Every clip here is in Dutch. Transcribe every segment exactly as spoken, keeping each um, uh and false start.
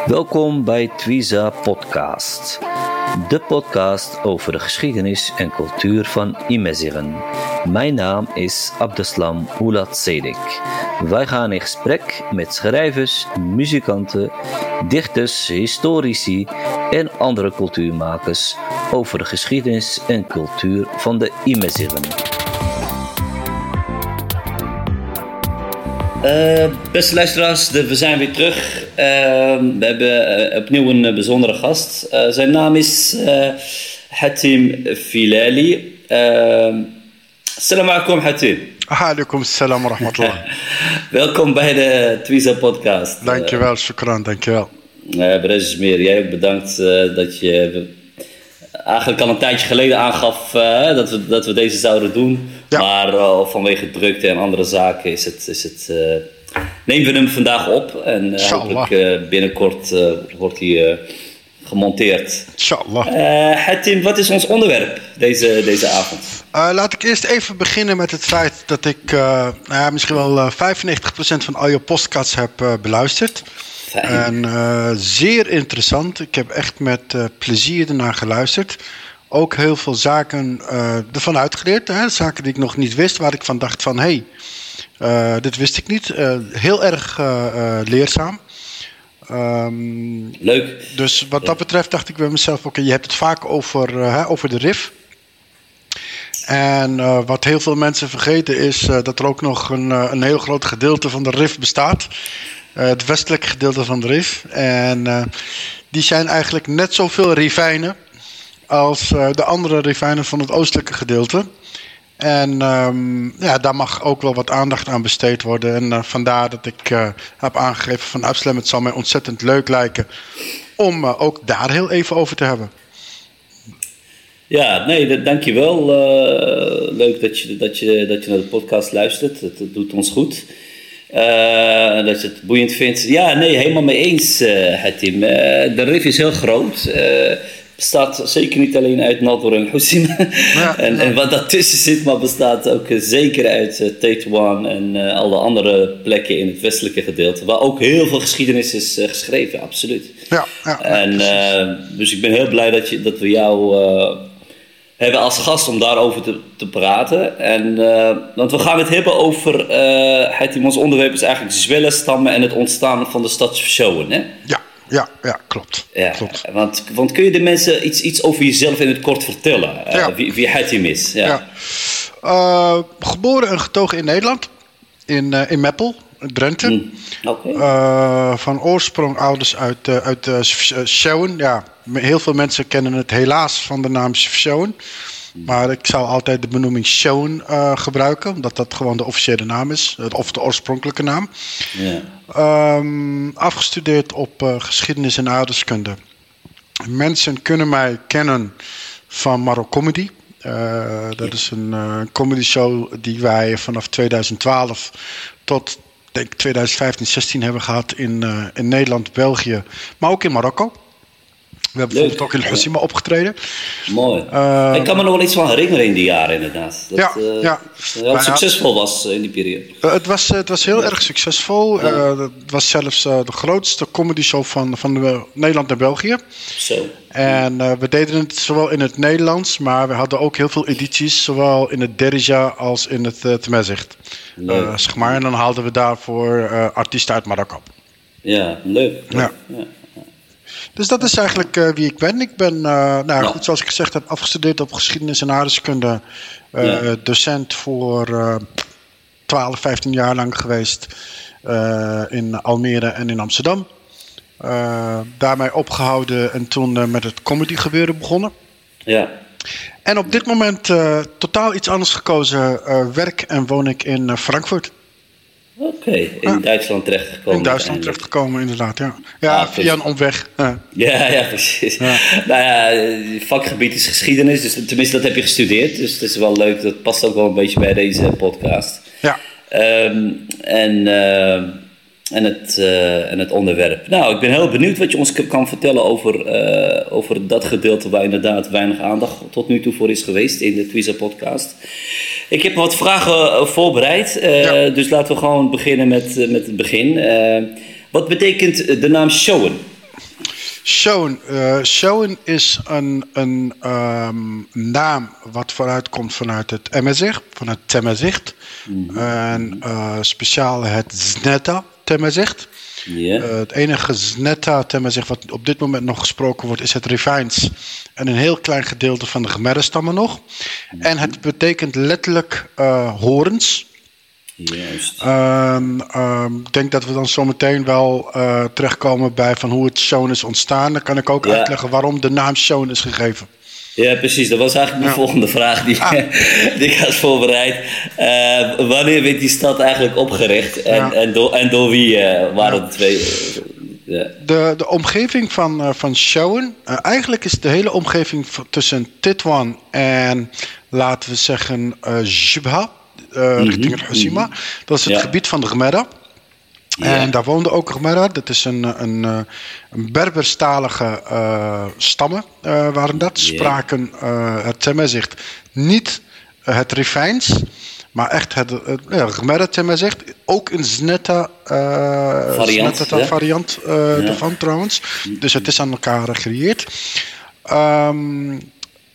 Welkom bij Twiza Podcast, de podcast over de geschiedenis en cultuur van Imezighen. Mijn naam is Abdeslam Oulat Sedik. Wij gaan in gesprek met schrijvers, muzikanten, dichters, historici en andere cultuurmakers over de geschiedenis en cultuur van de Imezighen. Uh, beste luisteraars, de, we zijn weer terug. Uh, we hebben uh, opnieuw een uh, bijzondere gast. Uh, zijn naam is uh, Hatim Filali. Uh, Assalamu alaikum Hatim. Alaikum assalam wa rahmatullah. Welkom bij de Twiza podcast. Dankjewel, uh, shukran, dankjewel. Uh, Brezismeer, jij ook bedankt uh, dat je eigenlijk al een tijdje geleden aangaf uh, dat, we, dat we deze zouden doen. Ja. Maar uh, vanwege drukte en andere zaken is het, is het, uh, nemen we hem vandaag op. En uh, hopelijk uh, binnenkort uh, wordt hij uh, gemonteerd. Inshallah. Uh, Hatim, wat is ons onderwerp deze, deze avond? Uh, laat ik eerst even beginnen met het feit dat ik uh, nou ja, misschien wel uh, vijfennegentig procent van al je podcasts heb uh, beluisterd. Fijn. En uh, zeer interessant. Ik heb echt met uh, plezier ernaar geluisterd. Ook heel veel zaken uh, ervan uitgeleerd. Hè? Zaken die ik nog niet wist, waar ik van dacht van... hé, hey, uh, dit wist ik niet. Uh, heel erg uh, uh, leerzaam. Um, Leuk. Dus wat dat betreft dacht ik bij mezelf... oké, okay, je hebt het vaak over, uh, hè, over de R I F. En uh, wat heel veel mensen vergeten is... Uh, dat er ook nog een, uh, een heel groot gedeelte van de R I F bestaat. Uh, het westelijke gedeelte van de R I F. En uh, die zijn eigenlijk net zoveel rivijnen... als uh, de andere rivijnen van het oostelijke gedeelte. En um, ja, daar mag ook wel wat aandacht aan besteed worden. En uh, vandaar dat ik uh, heb aangegeven van Abdeslam, het zal mij ontzettend leuk lijken om uh, ook daar heel even over te hebben. Ja, nee, dankjewel. Uh, leuk dat je, dat, je, dat je naar de podcast luistert. Het, het doet ons goed. Uh, dat je het boeiend vindt. Ja, nee, helemaal mee eens, uh, Hatim. Uh, de R I F is heel groot. Uh, bestaat zeker niet alleen uit Nador en Hossima. Ja, en, ja. en wat daartussen zit, maar bestaat ook uh, zeker uit uh, Tetuan en uh, alle andere plekken in het westelijke gedeelte. Waar ook heel veel geschiedenis is uh, geschreven, absoluut. Ja, ja, en, uh, dus ik ben heel blij dat, je, dat we jou uh, hebben als gast om daarover te, te praten. En, uh, want we gaan het hebben over, uh, Hatim, ons onderwerp is eigenlijk zwellen, stammen en het ontstaan van de stad Showen, hè? Ja. Ja, ja, klopt. Ja, klopt. Want, want kun je de mensen iets, iets over jezelf in het kort vertellen? Uh, ja. wie, wie Hatim is? Ja. Ja. Uh, geboren en getogen in Nederland. In, uh, in Meppel, Drenthe. Mm. Okay. Uh, van oorsprong ouders uit, uh, uit uh, Showen. Ja, heel veel mensen kennen het helaas van de naam Showen. Maar ik zou altijd de benoeming Showen uh, gebruiken. Omdat dat gewoon de officiële naam is. Of de oorspronkelijke naam. Yeah. Um, afgestudeerd op uh, geschiedenis en aardrijkskunde. Mensen kunnen mij kennen van Marok Comedy. Uh, dat yeah. is een uh, comedy show die wij vanaf twintig twaalf tot denk twintig vijftien zestien hebben gehad in, uh, in Nederland, België. Maar ook in Marokko. We hebben Leuk. bijvoorbeeld ook in Hossima opgetreden. Mooi. Uh, ik kan me nog wel iets van herinneren in die jaren inderdaad. Dat ja, uh, ja. heel succesvol was in die periode. Uh, het, was, uh, het was heel ja. erg succesvol. Ja. Uh, het was zelfs uh, de grootste comedy show van, van de, Nederland en België. Zo. En uh, we deden het zowel in het Nederlands, maar we hadden ook heel veel edities, zowel in het Derija als in het uh, Tmezicht. Uh, zeg maar, en dan haalden we daarvoor uh, artiesten uit Marokko. Ja, leuk. Ja. ja. Dus dat is eigenlijk uh, wie ik ben. Ik ben, uh, nou ja. goed, zoals ik gezegd heb, afgestudeerd op geschiedenis en aardrijkskunde. Uh, ja. Docent voor uh, twaalf, vijftien jaar lang geweest uh, in Almere en in Amsterdam. Uh, daarmee opgehouden en toen uh, met het comedy gebeuren begonnen. Ja. En op dit moment uh, totaal iets anders gekozen. Uh, werk en woon ik in uh, Frankfurt. Oké, okay, in ja. Duitsland terechtgekomen. In Duitsland terechtgekomen, inderdaad, ja. Ja, ah, via een omweg. Ja, ja, ja precies. Ja. Nou ja, het vakgebied is geschiedenis, dus tenminste dat heb je gestudeerd. Dus het is wel leuk, dat past ook wel een beetje bij deze podcast. Ja. Um, en, uh, en, het, uh, en het onderwerp. Nou, ik ben heel benieuwd wat je ons kan vertellen over, uh, over dat gedeelte waar inderdaad weinig aandacht tot nu toe voor is geweest in de Twiza podcast. Ik heb wat vragen voorbereid, uh, ja. dus laten we gewoon beginnen met, uh, met het begin. Uh, wat betekent de naam Showen? Schoen. Uh, Schoen is een, een um, naam wat vooruitkomt vanuit het Emezigh, vanuit Temezigh. Mm-hmm. En uh, speciaal het Zneta Temezigh. Yeah. Uh, het enige Zneta Temezigh wat op dit moment nog gesproken wordt is het Rivijns. En een heel klein gedeelte van de Gemera-stammen nog. Mm-hmm. En het betekent letterlijk uh, horens. Juist. Um, um, ik denk dat we dan zometeen wel uh, terechtkomen bij van hoe het Schoen is ontstaan. Dan kan ik ook ja. uitleggen waarom de naam Schoen is gegeven. Ja, precies. Dat was eigenlijk de ja. volgende vraag die, ah. die ik had voorbereid. Uh, wanneer werd die stad eigenlijk opgericht? En, ja. en, door, en door wie uh, waren ja. de twee... Uh, yeah. de, de omgeving van, uh, van Schoen... Uh, eigenlijk is de hele omgeving v- tussen Tetouan en, laten we zeggen, uh, Jubha... Uh, mm-hmm. richting het Hoceima. Mm-hmm. Dat is het ja. gebied van de Gemera. Ja. En daar woonde ook Gemera. Dat is een, een, een Berberstalige uh, stammen uh, waren dat. Ja. Spraken uh, het Temezigh niet uh, het Rivijns, maar echt het uh, ja, Gemera Temezigh. Ook een Zneta uh, variant, Zneta ja. variant uh, ja. ervan trouwens. Dus het is aan elkaar gecreëerd. Um,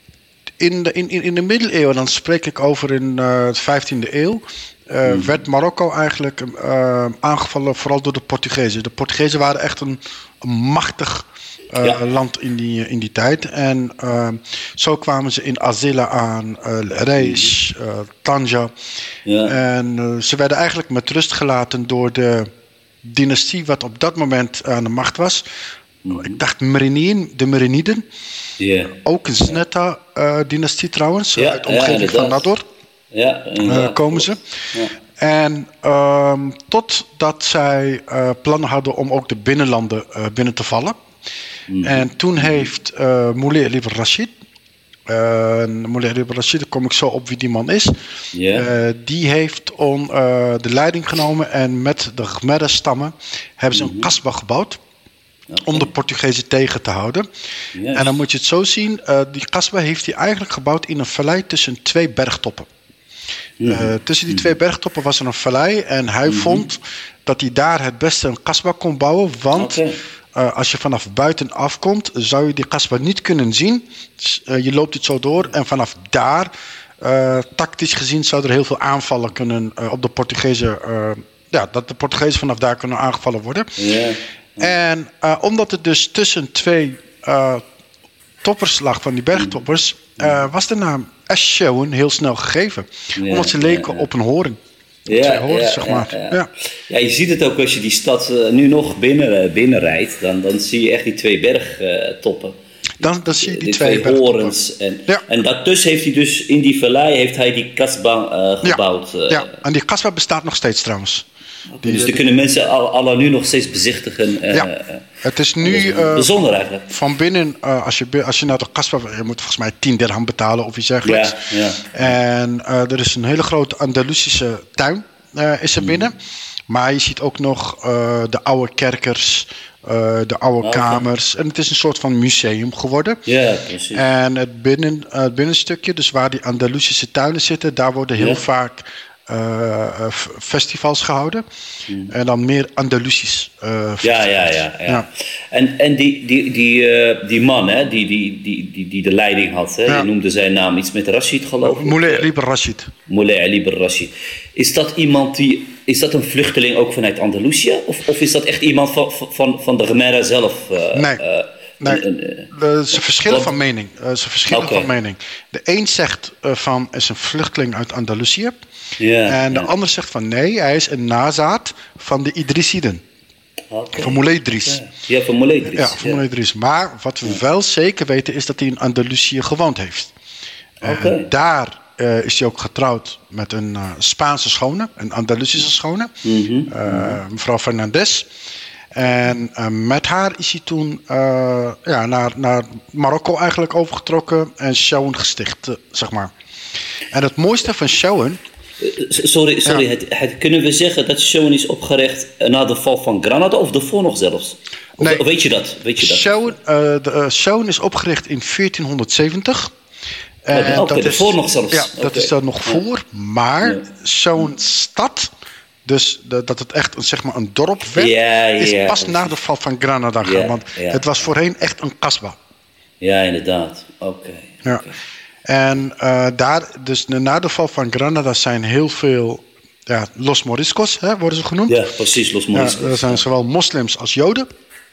In de, in, in de middeleeuwen, dan spreek ik over in uh, de vijftiende eeuw, uh, mm. werd Marokko eigenlijk uh, aangevallen vooral door de Portugezen. De Portugezen waren echt een, een machtig uh, ja. land in die, in die tijd. En uh, zo kwamen ze in Azila aan, uh, Reis, uh, Tanja. Ja. En uh, ze werden eigenlijk met rust gelaten door de dynastie wat op dat moment aan de macht was. Mm-hmm. Ik dacht Mereniden, de Mereniden. Yeah. Ook een Zneta-dynastie uh, trouwens, ja, uit de omgeving ja, van Nador ja, uh, komen ze. Ja. En um, totdat zij uh, plannen hadden om ook de binnenlanden uh, binnen te vallen. Mm-hmm. En toen heeft uh, Moulay Ali Rashid, uh, Moulay Ali Rashid, daar kom ik zo op wie die man is, yeah. uh, die heeft on, uh, de leiding genomen en met de Gemera-stammen hebben ze mm-hmm. een kasbah gebouwd. Okay. Om de Portugezen tegen te houden. Yes. En dan moet je het zo zien. Uh, die kasbah heeft hij eigenlijk gebouwd in een vallei tussen twee bergtoppen. Mm-hmm. Uh, tussen die twee bergtoppen was er een vallei. En hij mm-hmm. vond dat hij daar het beste een kasbah kon bouwen. Want okay. uh, als je vanaf buiten afkomt, zou je die kasbah niet kunnen zien. Dus, uh, je loopt het zo door. En vanaf daar, uh, tactisch gezien, zouden er heel veel aanvallen kunnen uh, op de Portugezen. Uh, ja, dat de Portugezen vanaf daar kunnen aangevallen worden. Yeah. En uh, omdat het dus tussen twee uh, toppers lag van die bergtoppers, uh, was de naam Eschouwen heel snel gegeven. Ja, omdat ze leken ja, ja. op een hoorn. Ja, twee hoorns, ja, zeg maar. Ja, ja. Ja. Ja, je ziet het ook als je die stad uh, nu nog binnen, uh, binnenrijdt, dan, dan zie je echt die twee bergtoppen. Uh, Dan, dan zie je die, die twee, twee horens. En, ja. en daartussen heeft hij dus in die vallei heeft hij die kasbah uh, gebouwd. Ja. Uh, ja, en die kasbah bestaat nog steeds trouwens. Okay, dus die kunnen mensen al, al nu nog steeds bezichtigen. Uh, ja, het is nu is bijzonder eigenlijk. Uh, van binnen, uh, als, je, als je naar de kasbah, je moet volgens mij tien dirham betalen of iets dergelijks. Ja, ja. En uh, er is een hele grote Andalusische tuin uh, is er binnen. Mm. Maar je ziet ook nog uh, de oude kerkers, uh, de oude okay. kamers. En het is een soort van museum geworden. Ja, precies. En het, binnen, uh, het binnenstukje, dus waar die Andalusische tuinen zitten, daar worden heel ja. vaak Uh, festivals gehouden. Mm. En dan meer Andalusisch. Uh, ja, ja, ja, ja, ja. En, en die, die, die, uh, die man, hè, die, die, die, die, die de leiding had, hè, ja. je noemde zijn naam iets met Rashid, geloof ik. Moulay Ali Rashid. Moulay Ali Rashid. Is dat iemand die, is dat een vluchteling ook vanuit Andalusië? Of, of is dat echt iemand van, van, van de Gemera zelf? Uh, nee. Uh, Nee, uh, ze verschillen wat? van mening. Uh, ze verschillen okay. van mening. De een zegt uh, van is een vluchteling uit Andalusië. Yeah, en de yeah. ander zegt van nee, hij is een nazaat van de Idrisiden. Okay. Van Moulay Idris. Ja, ja van Moulay Idris. Ja, van Moulay Idris. Maar wat we ja. wel zeker weten is dat hij in Andalusië gewoond heeft. Okay. En daar uh, is hij ook getrouwd met een uh, Spaanse schone, een Andalusische schone, mm-hmm. uh, mevrouw Fernandez. En uh, met haar is hij toen uh, ja, naar, naar Marokko eigenlijk overgetrokken en Schoen gesticht, uh, zeg maar. En het mooiste van Schoen... Uh, sorry, sorry ja. het, het, kunnen we zeggen dat Schoen is opgericht na de val van Granada of daarvoor nog zelfs? Of, nee, weet je dat? Weet je dat? Schoen, uh, de, uh, Schoen is opgericht in veertienhonderdzeventig. En oh, okay, dat is, nog zelfs. Ja, dat okay. is er nog voor. Maar ja. Schoen stad Dus de, dat het echt een, zeg maar een dorp werd, Ja, is ja, pas precies. na de val van Granada gaan. Ja, want ja. het was voorheen echt een kasba. Ja, inderdaad. Oké. Ja. oké. En uh, daar, dus na de val van Granada zijn heel veel ja, Los Moriscos, hè, worden ze genoemd. Ja, precies, Los Moriscos. Ja, er zijn zowel moslims als joden.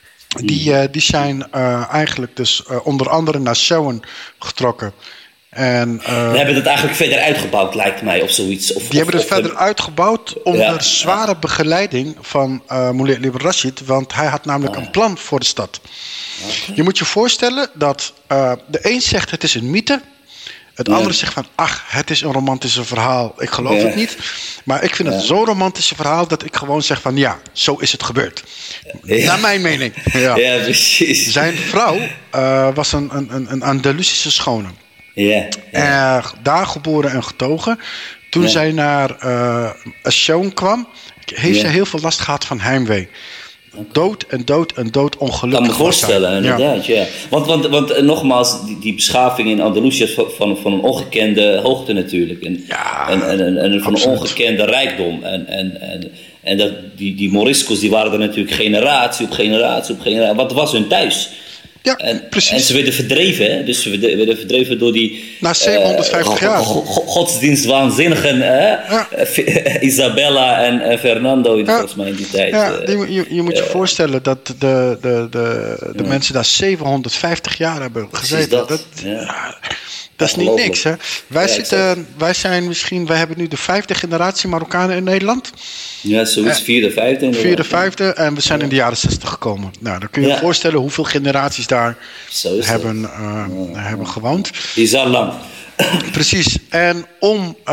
Die, uh, die zijn uh, eigenlijk dus uh, onder andere naar Schoen getrokken. En, uh, We hebben het eigenlijk verder uitgebouwd, lijkt mij, of zoiets. Of, die of, hebben het of, verder uitgebouwd onder Ja, zware begeleiding van uh, Moulay Ibn Rashid. Want hij had namelijk Ah, ja. een plan voor de stad. Oké. Je moet je voorstellen dat uh, de een zegt het is een mythe. Het Ja. andere zegt van, ach, het is een romantisch verhaal. Ik geloof Ja. het niet. Maar ik vind het Ja. zo'n romantisch verhaal dat ik gewoon zeg van, ja, zo is het gebeurd. Ja. Naar mijn mening. Ja. Ja, precies. Zijn vrouw uh, was een, een, een Andalusische schone. Ja, ja. Uh, daar geboren en getogen. Toen Ja. zij naar uh, Schoen kwam, heeft Ja. ze heel veel last gehad van heimwee. Dood en dood en dood ongelukkig. Ik kan me was zij. voorstellen, Ja. inderdaad. Ja. Want, want, want eh, nogmaals, die, die beschaving in Andalusië is van, van, van een ongekende hoogte natuurlijk. En, Ja, en, en, en, en van een absoluut. ongekende rijkdom. En, en, en, en dat, die, die Moriscos die waren er natuurlijk generatie op generatie op generatie. Wat was hun thuis? Ja, En, precies. en ze werden verdreven, hè? Dus ze werden werden verdreven door die... Na zevenhonderdvijftig eh, jaar. go- go- godsdienstwaanzinnigen, hè? Ja. Eh, Isabella en, en Fernando, Ja. volgens mij in die tijd. Ja, eh. je, je, je moet je voorstellen dat de, de, de, de mensen daar zevenhonderdvijftig jaar hebben gezeten. dat. Ja. ja, dat is niet Ongelooflijk. niks, hè? Wij, Ja, zitten, wij zijn misschien, wij hebben nu de vijfde generatie Marokkanen in Nederland. Ja, zoiets, vierde, vijfde. inderdaad. Vierde, vijfde en we zijn in de jaren zestig gekomen. Nou, dan kun je je Ja. voorstellen hoeveel generaties daar Zo is hebben, uh, hebben gewoond. Die is al lang. Precies. En om uh,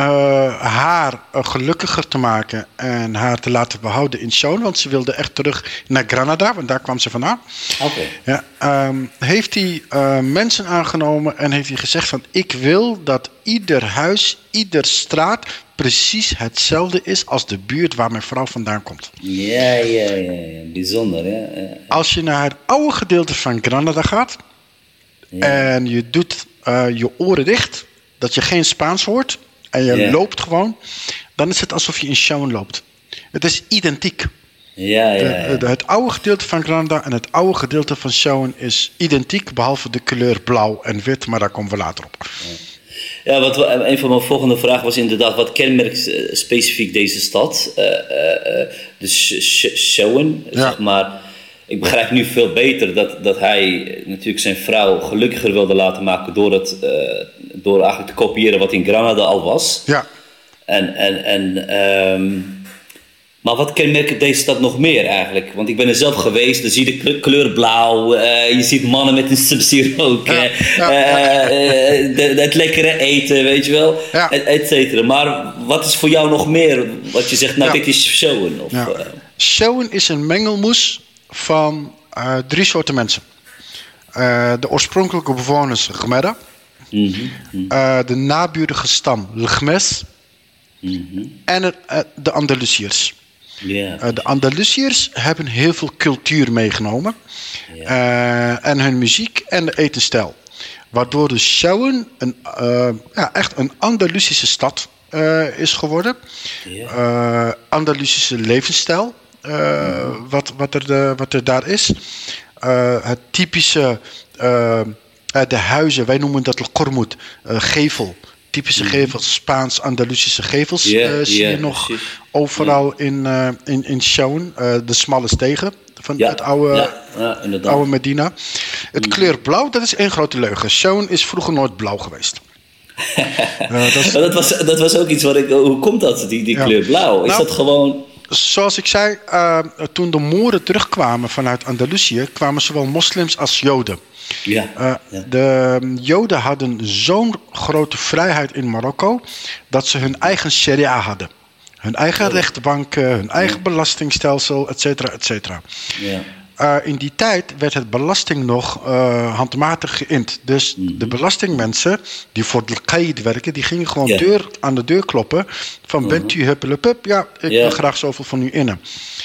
haar uh, gelukkiger te maken en haar te laten behouden in Schoen, want ze wilde echt terug naar Granada, want daar kwam ze vandaan. Oké. Ja, um, heeft hij uh, mensen aangenomen en heeft hij gezegd van, ik wil dat ieder huis, ieder straat precies hetzelfde is als de buurt waar mijn vrouw vandaan komt. Ja, ja, ja, ja. Bijzonder, ja. ja. Als je naar het oude gedeelte van Granada gaat Ja. en je doet uh, je oren dicht, dat je geen Spaans hoort en je Ja. loopt gewoon, dan is het alsof je in Schoen loopt. Het is identiek. Ja, ja, De, ja. de- het oude gedeelte van Granada en het oude gedeelte van Schoen is identiek, behalve de kleur blauw en wit, maar daar komen we later op. Ja, wat we, een van mijn volgende vragen was inderdaad, wat kenmerkt eh, specifiek deze stad? Uh, uh, uh, dus Schoen, Ja. zeg maar. Ik begrijp nu veel beter dat, dat hij natuurlijk zijn vrouw gelukkiger wilde laten maken door, het, uh, door eigenlijk te kopiëren wat in Granada al was. Ja, En, en, en, ehm, maar wat kenmerkt deze stad nog meer eigenlijk? Want ik ben er zelf geweest, dan zie je de kleur, kleur blauw, uh, je ziet mannen met een subsidie roken, Ja, ja, uh, uh, de, het lekkere eten, weet je wel, Ja. et, et cetera. Maar wat is voor jou nog meer wat je zegt, nou Ja. dit is Schoen? Of, ja. uh, Schoen is een mengelmoes van uh, drie soorten mensen. Uh, de oorspronkelijke bewoners, Gmera. mhm, mhm, Uh, de naburige stam, Lgmes. mhm. En het, uh, de Andalusiërs. Ja. Uh, de Andalusiërs hebben heel veel cultuur meegenomen. Uh, en hun muziek en de etenstijl. Waardoor de Schoen een, uh, ja, echt een Andalusische stad uh, is geworden. Ja. Uh, Andalusische levensstijl. Uh, wat, wat, er de, wat er daar is. Uh, het typische, uh, uh, de huizen, wij noemen dat Kormoed, uh, gevel. Typische gevels, Spaans-Andalusische gevels Ja, uh, zie ja, je nog precies. overal in, uh, in, in Schoen. Uh, de smalle stegen van Ja, het oude, ja, ja, inderdaad. oude Medina. Het kleur blauw, dat is één grote leugen. Schoen is vroeger nooit blauw geweest. uh, dat is, Maar dat, was, dat was ook iets wat ik... Hoe komt dat, die, die Ja. kleur blauw? Is Nou, dat gewoon... Zoals ik zei, uh, toen de Moren terugkwamen vanuit Andalusië, kwamen zowel moslims als Joden. Ja, Uh, ja. De Joden hadden zo'n grote vrijheid in Marokko dat ze hun eigen sharia hadden. Hun eigen rechtbanken, hun eigen belastingstelsel, et cetera, et cetera. ja. Uh, in die tijd werd het belasting nog uh, handmatig geïnd. Dus Mhm. de belastingmensen die voor de qaid werken, die gingen gewoon Ja. deur aan de deur kloppen. Van bent u huppelepup? Ja, ik Ja. wil graag zoveel van u innen.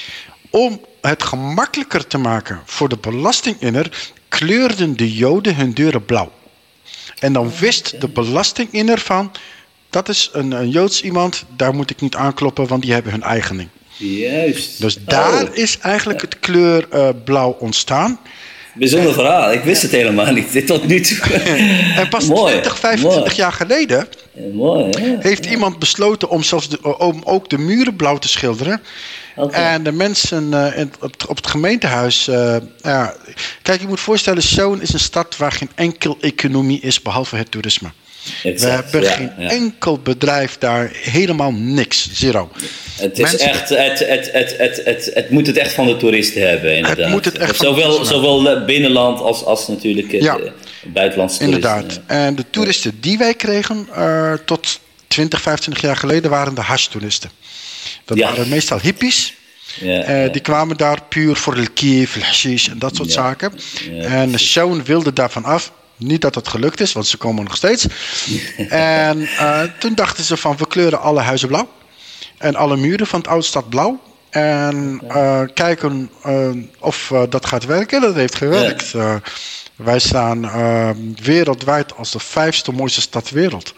Om het gemakkelijker te maken voor de belastinginner, kleurden de Joden hun deuren blauw. En dan wist de belastinginner van, dat is een, een Joods iemand, daar moet ik niet aankloppen, want die hebben hun eigen ding. Juist. Dus daar oh. is eigenlijk het kleur uh, blauw ontstaan. Bijzonder verhaal. Ik wist het helemaal niet. Tot nu toe. En pas twintig, vijfentwintig mooi. jaar geleden ja, mooi, ja. heeft ja. iemand besloten om, zelfs de, om ook de muren blauw te schilderen. Okay. En de mensen uh, in, op, op het gemeentehuis... Uh, ja, kijk, je moet voorstellen, Schoon is een stad waar geen enkel economie is behalve het toerisme. Exact, we hebben ja, geen ja. enkel bedrijf daar, helemaal niks, zero. Het is Mensen, echt, het, het, het, het, het, het moet het echt van de toeristen hebben, inderdaad. Het moet het echt van zowel, de zowel binnenland als, als natuurlijk ja, uh, buitenlandse toeristen. Inderdaad. Ja. En de toeristen die wij kregen uh, tot twintig, vijfentwintig jaar geleden waren de hash-toeristen. Dat ja. waren meestal hippies. Ja, uh, ja. Die kwamen daar puur voor de kief, de hashish en dat soort ja. zaken. Ja, en Schoon wilde daarvan af. Niet dat het gelukt is, want ze komen nog steeds. En uh, toen dachten ze van, we kleuren alle huizen blauw. En alle muren van het oude stad blauw. En uh, kijken uh, of uh, dat gaat werken. Dat heeft gewerkt. Uh, wij staan uh, wereldwijd als de vijfste mooiste stad ter wereld.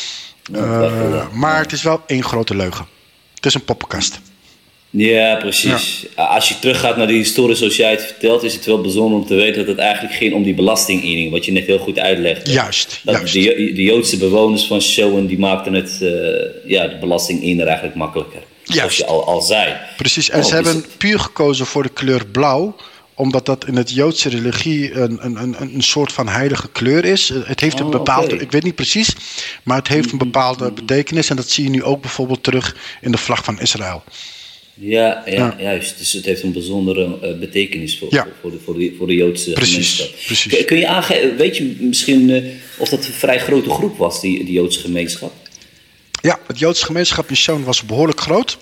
Uh, maar het is wel één grote leugen. Het is een poppenkast. Ja, precies. Ja. Als je teruggaat naar die historie zoals jij het vertelt, is het wel bijzonder om te weten dat het eigenlijk ging om die belastinginning, wat je net heel goed uitlegt. Juist. Dat juist. De, de Joodse bewoners van Schoen, die maakten het, uh, ja, de belastinginner eigenlijk makkelijker. Juist. Zoals je al, al zei. Precies, en oh, ze hebben het... puur gekozen voor de kleur blauw, omdat dat in het Joodse religie een, een, een, een soort van heilige kleur is. Het heeft een oh, bepaalde, okay. ik weet niet precies, maar het heeft een bepaalde betekenis. En dat zie je nu ook bijvoorbeeld terug in de vlag van Israël. Ja, ja, ja, juist. Dus het heeft een bijzondere uh, betekenis voor, ja. voor, de, voor, de, voor de Joodse precies, gemeenschap. Precies. Kun, kun je aangeven, weet je misschien uh, of dat een vrij grote groep was, die, die Joodse gemeenschap? Ja, het Joodse gemeenschap in Schoen was behoorlijk groot.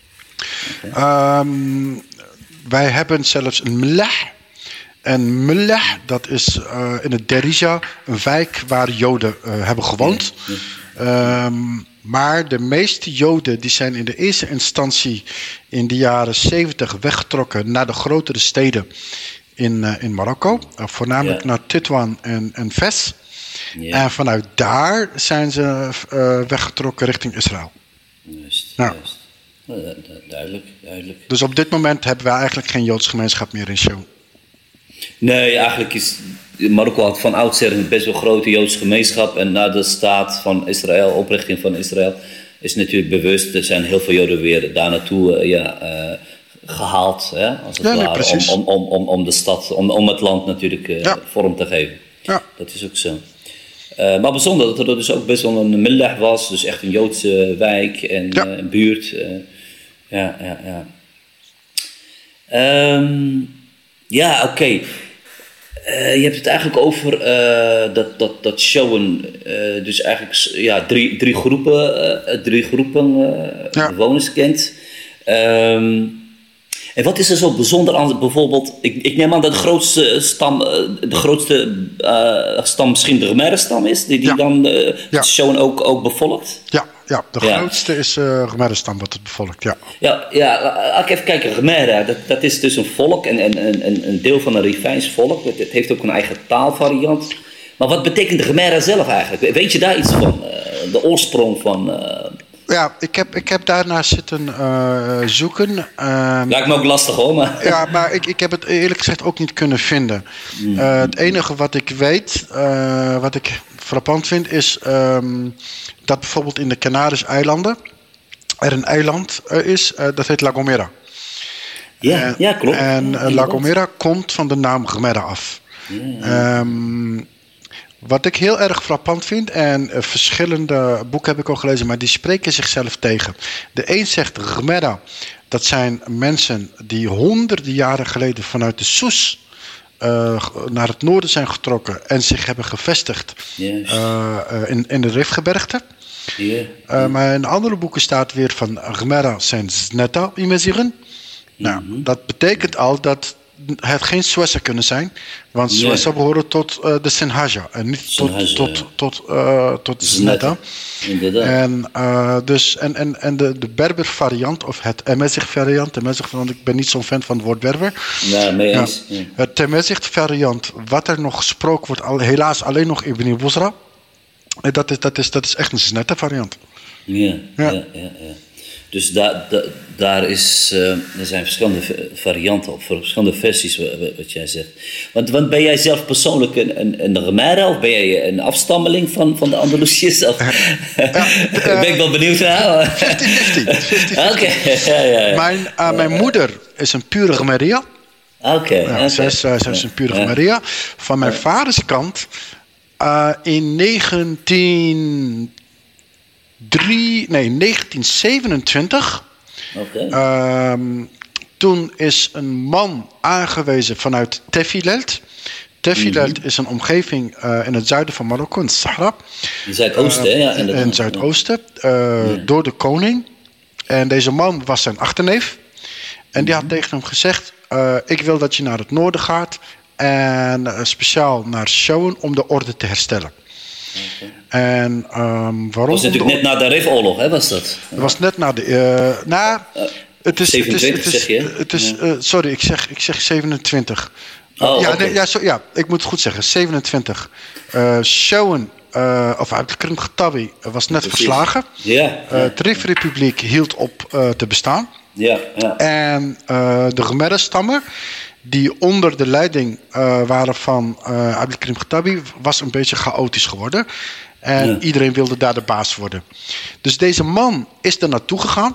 Okay. Um, wij hebben zelfs een mleh. En mleh, dat is uh, in het Derija, een wijk waar Joden uh, hebben gewoond. Ja, ja. Um, Maar de meeste Joden die zijn in de eerste instantie in de jaren zeventig weggetrokken naar de grotere steden in, uh, in Marokko. Uh, voornamelijk ja. naar Tétouan en, en Fes. Ja. En vanuit daar zijn ze uh, weggetrokken richting Israël. Juist, nou. juist. Nou, duidelijk, duidelijk. Dus op dit moment hebben we eigenlijk geen Joodse gemeenschap meer in Schoen. Nee, eigenlijk is Marokko had van oudsher een best wel grote Joodse gemeenschap. En na de staat van Israël, oprichting van Israël, is natuurlijk bewust. Er zijn heel veel Joden weer daar naartoe uh, ja, uh, gehaald. Hè, als het ja, nee, ware, om, om, om, om, om de stad, om, om het land natuurlijk uh, ja. vorm te geven. Ja. Dat is ook zo. Uh, maar bijzonder dat er dus ook best wel een millah was. Dus echt een Joodse wijk en ja. uh, buurt. Uh, ja, ja, ja. Um, ja, oké. Okay. Uh, je hebt het eigenlijk over uh, dat, dat, dat Schoen uh, dus eigenlijk ja, drie, drie groepen, uh, drie groepen uh, ja. bewoners kent. Um, en wat is er zo bijzonder aan bijvoorbeeld, ik, ik neem aan dat de grootste stam, de grootste uh, stam misschien de Gemerre-stam is, die, die ja. dan uh, ja. Schoen ook, ook bevolkt? Ja, ja de ja. grootste is uh, Gemerre-stam wat het bevolkt, ja. Ja, ja, laat ik even kijken, Gemerre, dat, dat is dus een volk, en, en, en een deel van een Rivijns volk, het, het heeft ook een eigen taalvariant. Maar wat betekent de Gemerre zelf eigenlijk? Weet je daar iets van, uh, de oorsprong van... Uh, Ja, ik heb, ik heb daarna zitten uh, zoeken. Uh, Lijkt me ook lastig hoor. Maar... Ja, maar ik, ik heb het eerlijk gezegd ook niet kunnen vinden. Uh, het enige wat ik weet, uh, wat ik frappant vind, is um, dat bijvoorbeeld in de Canarische eilanden er een eiland uh, is, uh, dat heet La Gomera. Ja, uh, ja klopt. En uh, La Gomera komt van de naam Gemerre af. Ja. Um, Wat ik heel erg frappant vind, en uh, verschillende boeken heb ik al gelezen, maar die spreken zichzelf tegen. De een zegt Gemerre, dat zijn mensen die honderden jaren geleden vanuit de Soes uh, naar het noorden zijn getrokken en zich hebben gevestigd yes. uh, uh, in, in de Rifgebergte. Yeah. Uh, maar in andere boeken staat weer van Gemerre zijn Zneta imezieren. Nou, mm-hmm. dat betekent al dat het geen Swessen kunnen zijn, want Swessen yeah. behoren tot uh, de Senhaja en niet Senhaja, tot, tot, tot, uh, tot Zneta. En, uh, dus, en, en, en de, de Berber variant, of het Emezigh variant, Emezigh, want ik ben niet zo'n fan van het woord Berber. Ja, mee eens. Ja, het Emezigh variant, wat er nog gesproken wordt, al, helaas alleen nog in Beni Bosra, dat is, dat, is, dat is echt een Zneta variant. Ja, ja, ja. ja, ja. Dus da, da, daar is, uh, er zijn verschillende varianten op, verschillende versies wat jij zegt. Want, want ben jij zelf persoonlijk een, een, een Remera of ben jij een afstammeling van, van de Andalusiërs? Ja, uh, ben ik wel benieuwd naar. vijftig vijftig. Oké. Ja, ja, ja. Mijn, uh, mijn moeder is een pure Remeria. Oké. Okay, ja, okay. Zij is, uh, zij is een pure Remeria. Van mijn vaders kant uh, in negentien... Drie, nee, negentien zevenentwintig. Okay. Um, toen is een man aangewezen vanuit Tefilelt. Tefilelt mm-hmm. is een omgeving uh, in het zuiden van Marokko, in het Sahara. In Zuidoosten, uh, ja. In het Zuidoosten, uh, ja. door de koning. En deze man was zijn achterneef. En die had tegen hem gezegd, uh, ik wil dat je naar het noorden gaat. En uh, speciaal naar Showen om de orde te herstellen. Okay. En um, waarom? Dat was natuurlijk net na de Rif-oorlog, hè, was dat? Het ja. was net na de. Uh, nou, uh, het is. zevenentwintig het is, zeg je? Het is, ja. uh, sorry, ik zeg, ik zeg zevenentwintig. Oh, ja, okay. nee, ja, so, ja, ik moet het goed zeggen, zevenentwintig. Uh, Showen, uh, of Abdelkrim Khattabi, was net Precies. verslagen. Ja. Uh, de Rif-republiek hield op uh, te bestaan. Ja. ja. En uh, de Gemera-stammen, die onder de leiding uh, waren van uh, Abdelkrim Khattabi, was een beetje chaotisch geworden. En ja. iedereen wilde daar de baas worden. Dus deze man is er naartoe gegaan.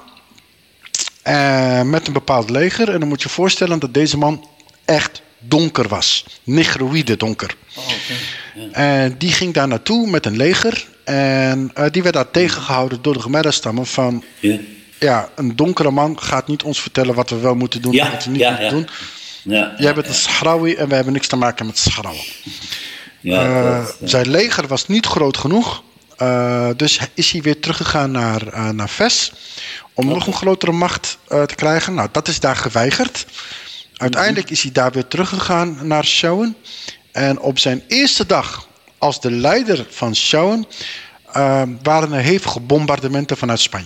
Uh, met een bepaald leger. En dan moet je je voorstellen dat deze man echt donker was. Negroïde donker. Oh, okay. ja. En die ging daar naartoe met een leger. En uh, die werd daar tegengehouden door de Gemera-stammen van... Ja. ja, een donkere man gaat niet ons vertellen wat we wel moeten doen ja. en wat we niet ja, moeten ja. doen. Ja, Jij ja, bent ja. een Sahrawi en wij hebben niks te maken met Sahrawi. Ja, uh, zijn leger was niet groot genoeg. Uh, dus is hij weer teruggegaan naar, uh, naar Fes. Om okay. nog een grotere macht uh, te krijgen. Nou, dat is daar geweigerd. Uiteindelijk is hij daar weer teruggegaan naar Showen. En op zijn eerste dag als de leider van Showen uh, waren er hevige bombardementen vanuit Spanje.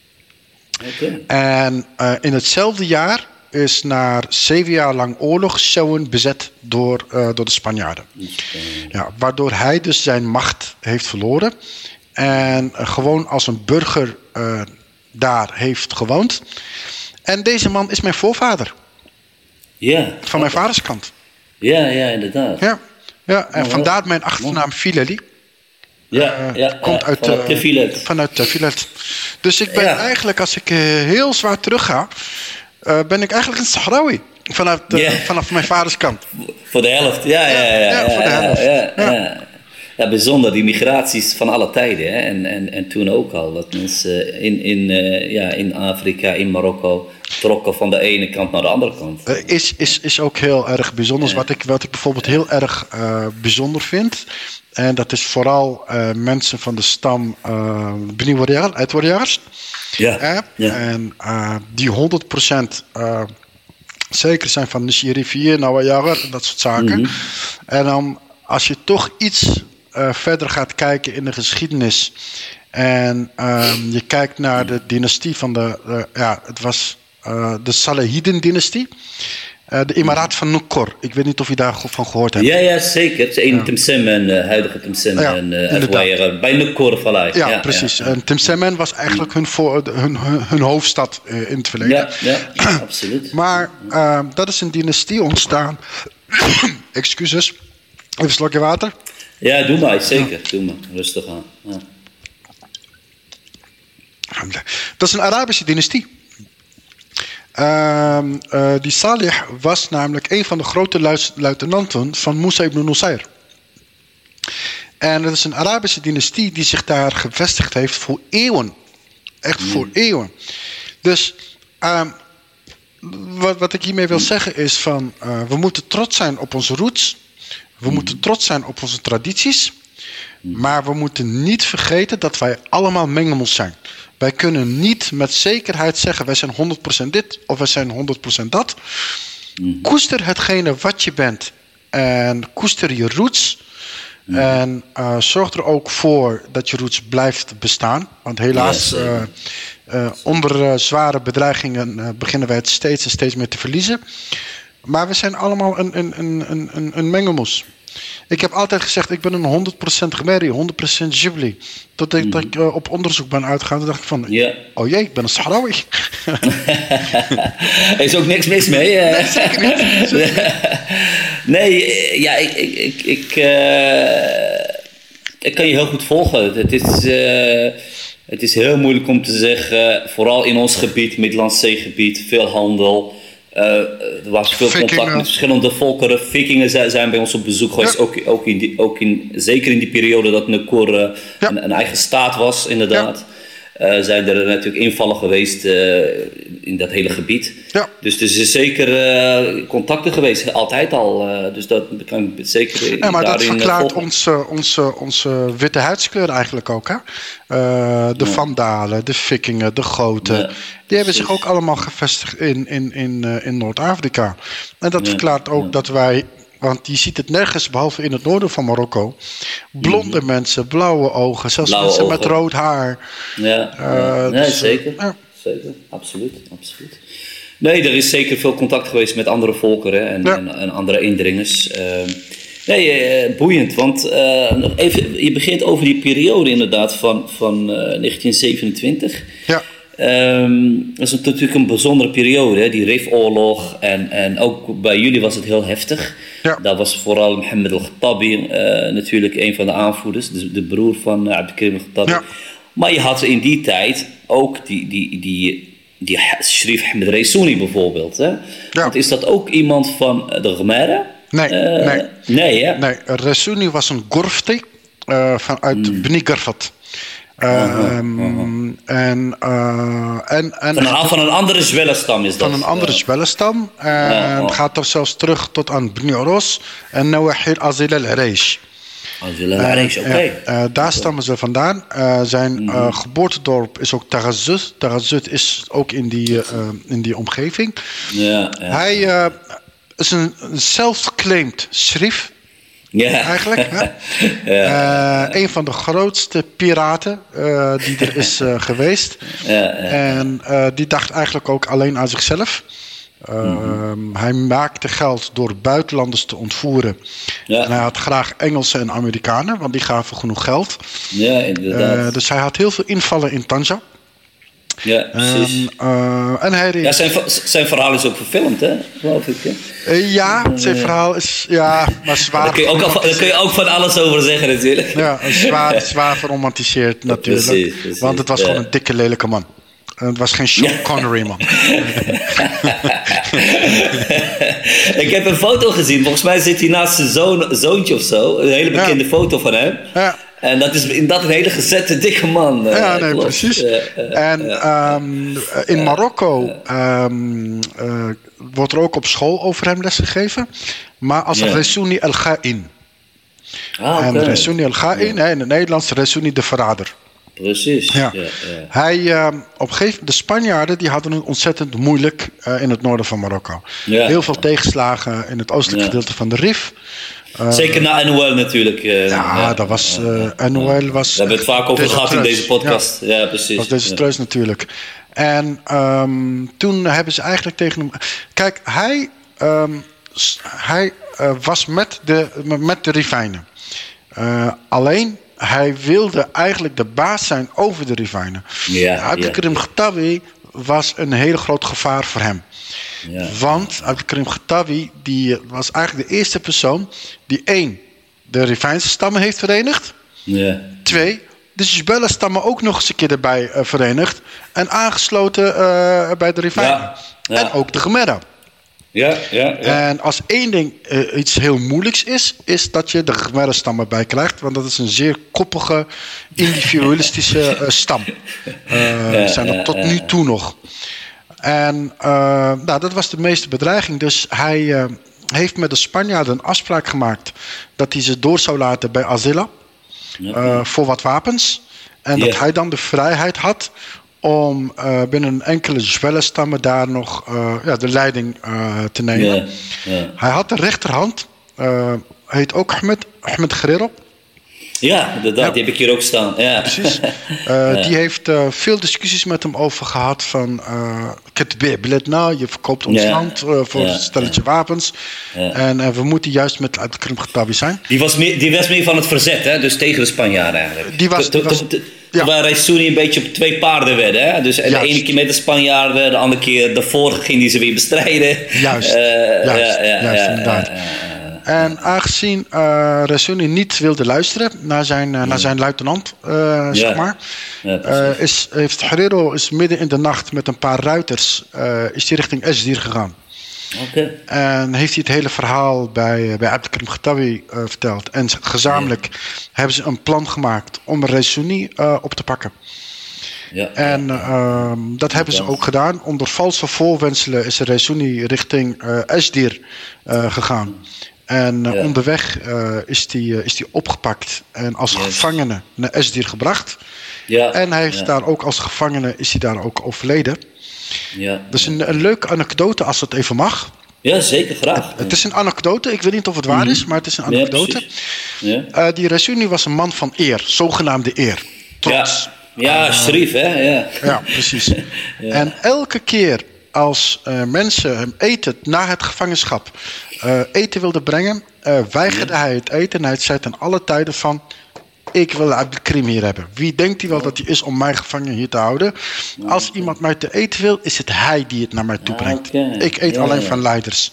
Okay. En uh, in hetzelfde jaar is na zeven jaar lang oorlog Showen bezet door, uh, door de Spanjaarden. Ja, waardoor hij dus zijn macht heeft verloren. En uh, gewoon als een burger uh, daar heeft gewoond. En deze man is mijn voorvader. Ja. Van mijn vaderskant. Ja, ja, inderdaad. Ja, ja en oh, vandaar mijn achternaam Fileli. Ja, ja, uh, komt ja, uit vanuit Tefilelt. Uh, vanuit Tefilelt. Dus ik ben ja. eigenlijk, als ik uh, heel zwaar terug ga, uh, ben ik eigenlijk een Sahrawi. Vanaf, uh, yeah. vanaf mijn vaders kant. Voor de helft, ja, ja, ja. ja, ja, ja voor de helft. Ja, ja, ja. ja. ja bijzonder, die migraties van alle tijden. Hè? En, en, en toen ook al. Dat mensen in, in, uh, ja, in Afrika, in Marokko, trokken van de ene kant naar de andere kant. Uh, is, is, is ook heel erg bijzonder. Ja. Wat, ik, wat ik bijvoorbeeld heel erg uh, bijzonder vind. En dat is vooral uh, mensen van de stam uh, Beni Warriar, uit Warriars. Ja. Uh, ja. En uh, die honderd procent uh, zeker zijn van de Sherifië, Nawajagar en dat soort zaken. Mm-hmm. En dan als je toch iets uh, verder gaat kijken in de geschiedenis. En uh, je kijkt naar de dynastie van de... Uh, ja, het was uh, de Salahiden-dynastie. Uh, de Emiraat van Nukor. Ik weet niet of je daarvan gehoord hebt. Ja, ja zeker. In ja. Temsemen, uh, huidige Temsemen. Ja, en uh, bij Nukor vanuit. Ja, ja, precies. Ja. En Temsemen was eigenlijk hun, voor, hun, hun, hun hoofdstad uh, in het verleden. Ja, ja, ja absoluut. Maar uh, dat is een dynastie ontstaan. Excuses. Even een slokje water. Ja, doe maar. Zeker. Ja. Doe maar. Rustig aan. Ja. Dat is een Arabische dynastie. Uh, uh, die Salih was namelijk een van de grote luis, luitenanten van Musa ibn Nusayr. En het is een Arabische dynastie die zich daar gevestigd heeft voor eeuwen. Echt mm. voor eeuwen. Dus uh, wat, wat ik hiermee wil zeggen is van... Uh, we moeten trots zijn op onze roots. We mm. moeten trots zijn op onze tradities. Mm. Maar we moeten niet vergeten dat wij allemaal mengelmoes zijn. Wij kunnen niet met zekerheid zeggen... wij zijn honderd procent dit of wij zijn honderd procent dat. Mm. Koester hetgene wat je bent. En koester je roots. Mm. En uh, zorg er ook voor dat je roots blijft bestaan. Want helaas, yes, uh, uh, onder uh, zware bedreigingen... Uh, beginnen wij het steeds en steeds meer te verliezen. Maar we zijn allemaal een, een, een, een, een mengelmoes. Ik heb altijd gezegd, ik ben een honderd procent Ghumari, honderd procent Ghibli. Tot ik, mm. dat ik uh, op onderzoek ben uitgegaan, toen dacht ik van, yeah. oh jee, ik ben een Sahrawi. Er is ook niks mis mee. Uh. Nee, zeker niet. Zeker niet. Nee, ja, ik, ik, ik, ik, uh, ik kan je heel goed volgen. Het is, uh, het is heel moeilijk om te zeggen, uh, vooral in ons gebied, Middellandse Zeegebied, veel handel. Uh, er was veel Vikingen. Contact met verschillende volkeren. Vikingen zijn, zijn bij ons op bezoek geweest. Ja. Ook, ook, in die, ook in, zeker in die periode dat Nekor uh, ja. een, een eigen staat was, inderdaad. Ja. Uh, zijn er natuurlijk invallen geweest uh, in dat hele gebied. Ja. Dus er is zeker uh, contacten geweest, altijd al. Uh, dus dat kan ik zeker. Ja, maar dat verklaart uh, onze, onze, onze witte huidskleur eigenlijk ook. Hè? Uh, de ja. Vandalen, de Vikingen, de Goten. Ja. Die hebben zich ook allemaal gevestigd in, in, in, uh, in Noord-Afrika. En dat ja. verklaart ook ja. dat wij. Want je ziet het nergens, behalve in het noorden van Marokko. Blonde mm-hmm. mensen, blauwe ogen, zelfs blauwe mensen ogen. Met rood haar. Ja, uh, ja. nee, dus, zeker. Ja. Zeker, absoluut, absoluut. Nee, er is zeker veel contact geweest met andere volkeren en, ja. en, en andere indringers. Uh, nee, uh, boeiend, want uh, nog even, je begint over die periode inderdaad van, van uh, negentien zevenentwintig. Ja. Um, dat is natuurlijk een bijzondere periode, hè? Die Rifoorlog. En, en ook bij jullie was het heel heftig. Ja. Dat was vooral Mohammed al-Khattabi uh, natuurlijk een van de aanvoerders, de, de broer van uh, Abdelkrim al-Khattabi. Ja. Maar je had in die tijd ook die, die, die, die Sharif Ahmed Raisuni bijvoorbeeld. Hè? Ja. Want is dat ook iemand van de Ghumara? Nee, uh, nee. Nee, hè? Nee, Raisuni was een Gorfti uh, vanuit hmm. Bni Garfat. Uh, uh-huh, uh-huh. En, uh, en, en, van, een, van een andere zwellenstam is dat? Van een andere uh. zwellenstam. En uh, uh. gaat er zelfs terug tot aan Bni Oros en Nawahir Azil al-Arish. Azil al-Arish, oké. Okay. Uh, uh, daar stammen ze vandaan. Uh, zijn uh, mm-hmm. geboortedorp is ook Taghazout. Taghazout is ook in die, uh, in die omgeving. Ja, ja. Hij uh, is een self-claimed Sharif. Ja. Eigenlijk. Hè? Ja. Uh, een van de grootste piraten uh, die er is uh, geweest. Ja, ja. En uh, die dacht eigenlijk ook alleen aan zichzelf. Uh, mm-hmm. Hij maakte geld door buitenlanders te ontvoeren. Ja. En hij had graag Engelsen en Amerikanen, want die gaven genoeg geld. Ja, inderdaad. Uh, dus hij had heel veel invallen in Tanja. Ja, precies. Um, uh, en hij ja, zijn, zijn verhaal is ook verfilmd, hè? Geloof ik, hè? Uh, ja, zijn uh, verhaal is ja, maar zwaar. Daar kun, je ook al, daar kun je ook van alles over zeggen, natuurlijk. Ja, zwaar, zwaar geromantiseerd, natuurlijk. Ja, precies, precies, want het was ja. gewoon een dikke, lelijke man. Het was geen Sean Connery, man. Ik heb een foto gezien. Volgens mij zit hij naast zijn zoon, zoontje of zo. Een hele bekende ja. foto van hem. Ja. En dat is inderdaad een hele gezette, dikke man. Ja, nee, klopt. Precies. Uh, uh, en uh, um, in Marokko um, uh, wordt er ook op school over hem lesgegeven. Maar als yeah. Raisuni al-Ghain. Ah, en okay. Raisuni al-Ghain, yeah. in het Nederlands Raisuni de verrader. Precies. Ja. Ja, ja. Hij, uh, op een gegeven moment, de Spanjaarden die hadden het ontzettend moeilijk uh, in het noorden van Marokko. Ja. Heel veel tegenslagen in het oostelijk ja. gedeelte van de Rif. Uh, Zeker na N O L natuurlijk. Uh, ja, ja, dat was uh, N O L was. We hebben het vaak over gehad in deze podcast. Ja, ja precies. Was desastreus ja. natuurlijk. En um, toen hebben ze eigenlijk tegen hem. Kijk, hij, um, hij uh, was met de, met de Rifijnen. Uh, alleen. Hij wilde eigenlijk de baas zijn over de Rifijnen. Ja, Abdelkrim ja. Khattabi was een heel groot gevaar voor hem. Ja. Want Abdelkrim Khattabi die was eigenlijk de eerste persoon die één, de Rifijnse stammen heeft verenigd. Ja. Twee, de Jebellen stammen ook nog eens een keer erbij uh, verenigd. En aangesloten uh, bij de Rifijnen. Ja. Ja. En ook de Ghumara. Ja, ja, ja. En als één ding uh, iets heel moeilijks is, is dat je de Ghumara-stam erbij krijgt. Want dat is een zeer koppige, individualistische uh, stam. Uh, ja, zijn er ja, tot ja, nu toe nog. En uh, nou, dat was de meeste bedreiging. Dus hij uh, heeft met de Spanjaarden een afspraak gemaakt dat hij ze door zou laten bij Azila. Uh, voor wat wapens. En yeah. dat hij dan de vrijheid had om uh, binnen enkele zwellenstammen daar nog uh, ja, de leiding uh, te nemen. Yeah, yeah. Hij had de rechterhand, uh, heet ook Ahmed, Ahmed Guerrero. Ja, inderdaad, Ja. die heb ik hier ook staan. Ja. Precies. Uh, die heeft uh, veel discussies met hem over gehad van... Uh, je verkoopt ons Ja. land uh, voor Ja. een stelletje Ja. wapens. Ja. En uh, we moeten juist met Abdelkrim Khattabi zijn. Die was, meer, die was meer van het verzet, hè? Dus tegen de Spanjaarden eigenlijk. Die was- Toen- die was- toen- toen- ja. Terwijl Raisuni een beetje op twee paarden werden. Hè? Dus en de Juist. ene keer met de Spanjaarden, de andere keer daarvoor ging hij ze weer bestrijden. Juist, Eh, juist, ja, ja, juist, ja, inderdaad. ja, ja, ja. En aangezien uh, Raisuni niet wilde luisteren naar zijn, uh, naar zijn luitenant, uh, zeg maar, Ja, precies. uh, is, heeft Herrero is midden in de nacht met een paar ruiters uh, is die richting Esdir gegaan. Oké. En heeft hij het hele verhaal bij, uh, bij Abdelkrim Khattabi uh, verteld. En gezamenlijk hebben ze een plan gemaakt om Raisuni uh, op te pakken. Ja. En uh, dat hebben ze ook gedaan. Onder valse voorwendselen is Raisuni richting uh, Esdir uh, gegaan. En uh, Ja. onderweg uh, is die, uh, is die opgepakt en als Yes. gevangene naar Esdir gebracht. Ja. En hij is ja. daar ook als gevangene is hij daar ook overleden. Ja. Dus een, een leuke anekdote als het even mag. Ja, zeker, graag. Het is een anekdote, ik weet niet of het waar is, maar het is een Ja, anekdote. precies. Ja. Uh, die Raisuni was een man van eer, zogenaamde eer. Trots. Ja, ja Sharif, hè? Ja. Ja, precies. En elke keer als uh, mensen hem eten na het gevangenschap uh, eten wilden brengen, uh, weigerde hij het eten. En hij zei ten alle tijden van, ik wil Abdelkrim hier hebben. Wie denkt hij wel dat hij is om mij gevangen hier te houden? Als iemand mij te eten wil, is het hij die het naar mij toe brengt. Oké. Ik eet Ja, alleen ja. van leiders.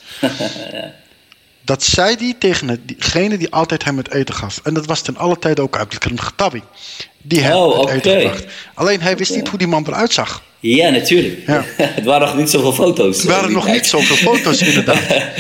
Dat zei hij tegen diegene die altijd hem het eten gaf. En dat was ten alle tijde ook Abdelkrim Khattabi. Die hem Oh, het oké. eten gebracht. Alleen hij wist niet hoe die man eruit zag. Ja, natuurlijk. Ja. Het waren nog niet zoveel foto's. Er waren nog niet zoveel foto's inderdaad.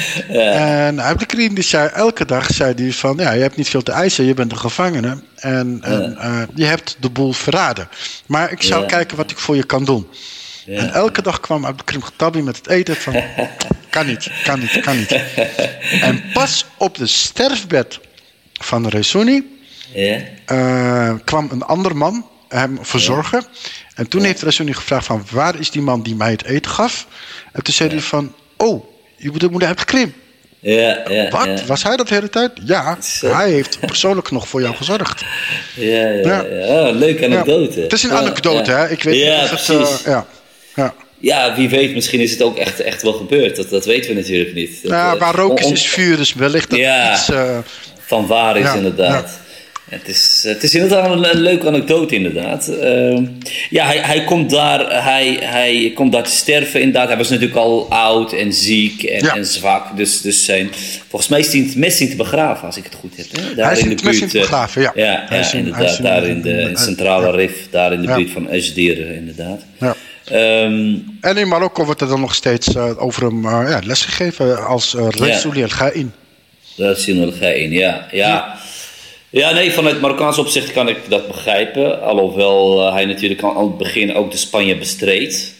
En Abdelkrim die zei elke dag zei hij van, ja, je hebt niet veel te eisen, je bent een gevangene en, en uh, je hebt de boel verraden. Maar ik zou Ja. kijken wat ik voor je kan doen. Ja. En elke dag kwam Abdelkrim Khattabi met het eten van, kan niet, kan niet, kan niet. En pas op de sterfbed van Raisuni Ja. uh, kwam een ander man hem verzorgen. En toen heeft Raisuni gevraagd van, waar is die man die mij het eten gaf? En toen zei hij van, oh, je bedoelt moeder Abdelkrim. Ja, ja, Wat? ja. Was hij dat de hele tijd? Ja, Zo. hij heeft persoonlijk nog voor jou gezorgd. Ja, ja, Ja. ja. Oh, leuke anekdote. Ja. Het is een Ja, anekdote, ja. hè? Ik weet Ja, niet of het... precies. Uh, ja. Ja. Ja, wie weet, misschien is het ook echt, echt wel gebeurd. Dat, dat weten we natuurlijk niet. Dat, Nou, eh, waar rook is, on- is vuur, dus wellicht dat Ja. iets... Uh, Van waar is Ja, inderdaad. Het, is, het is inderdaad een, een leuke anekdote inderdaad. Ehm, ja, hij, hij, komt daar, hij, hij komt daar te sterven inderdaad. Hij was natuurlijk al oud en ziek en, Ja. en zwak. Dus, dus zijn, volgens mij is hij in het mes zien te begraven, als ik het goed heb. Hè? Daar Hij is in in de het mes zien buurt, te eh, begraven, ja. Ja, Hij ja is in- hij inderdaad. is in- daar in de in- in centrale ja. Rif, daar in de Ja. buurt van Esdir, inderdaad. ja. Ehm, En in Marokko wordt er dan nog steeds uh, over hem uh, ja, lesgegeven als uh, Raisuli el-Ghain. Dat is in Gein, ja. ja. Ja, nee, vanuit Marokkaans opzicht kan ik dat begrijpen. Alhoewel uh, hij natuurlijk aan aan het begin ook de Spanje bestreed.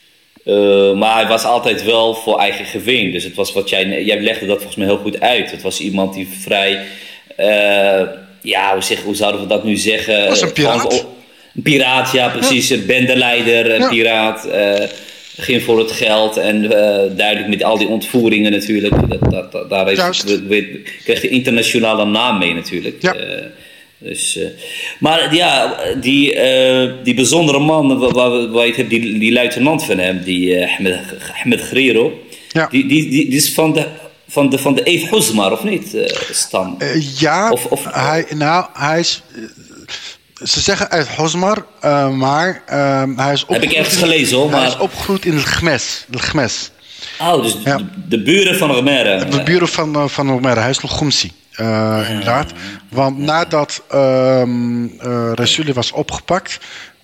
Uh, maar hij was altijd wel voor eigen gewin. Dus het was wat jij, jij legde dat volgens mij heel goed uit. Het was iemand die vrij, uh, ja, hoe, zeg, hoe zouden we dat nu zeggen? Was een piraat. Gewoon- Een piraat, ja, precies. Een bendeleider, een Ja. piraat. Uh, ging voor het geld en uh, duidelijk met al die ontvoeringen natuurlijk. Dat, dat, dat, daar is, Juist. we- we- kreeg de internationale naam mee natuurlijk. Ja. Uh, dus, uh, maar ja, die, uh, die bijzondere man, waar, waar, waar je het hebt, die, die luitenant van hem, die uh, Ahmed, Ahmed Grero, Ja. die, die, die, die is van de, van de, van de Eef Hosmar, of niet? Uh, stam. Uh, ja, Of- of- hij, nou, hij is... uh, ze zeggen uit Hosmar, uh, maar uh, hij is opgegroeid... ergens in- gelezen, hoor, Hij maar- is opgegroeid in El Gmes. El Gmes. Oh, dus Ja. de, de buren van Romero. De buren van, uh, van Omera, hij is nog Gumsi. Uh, inderdaad. Want nadat um, uh, Raisuli was opgepakt,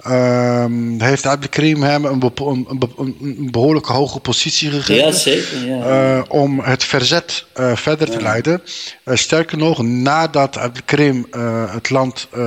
um, heeft Abdelkrim hem een, bepo- een, een, be- een behoorlijke hoge positie gegeven. Ja, zeker. Ja. Uh, om het verzet uh, verder te leiden. Uh, sterker nog, nadat Abdelkrim uh, het land uh,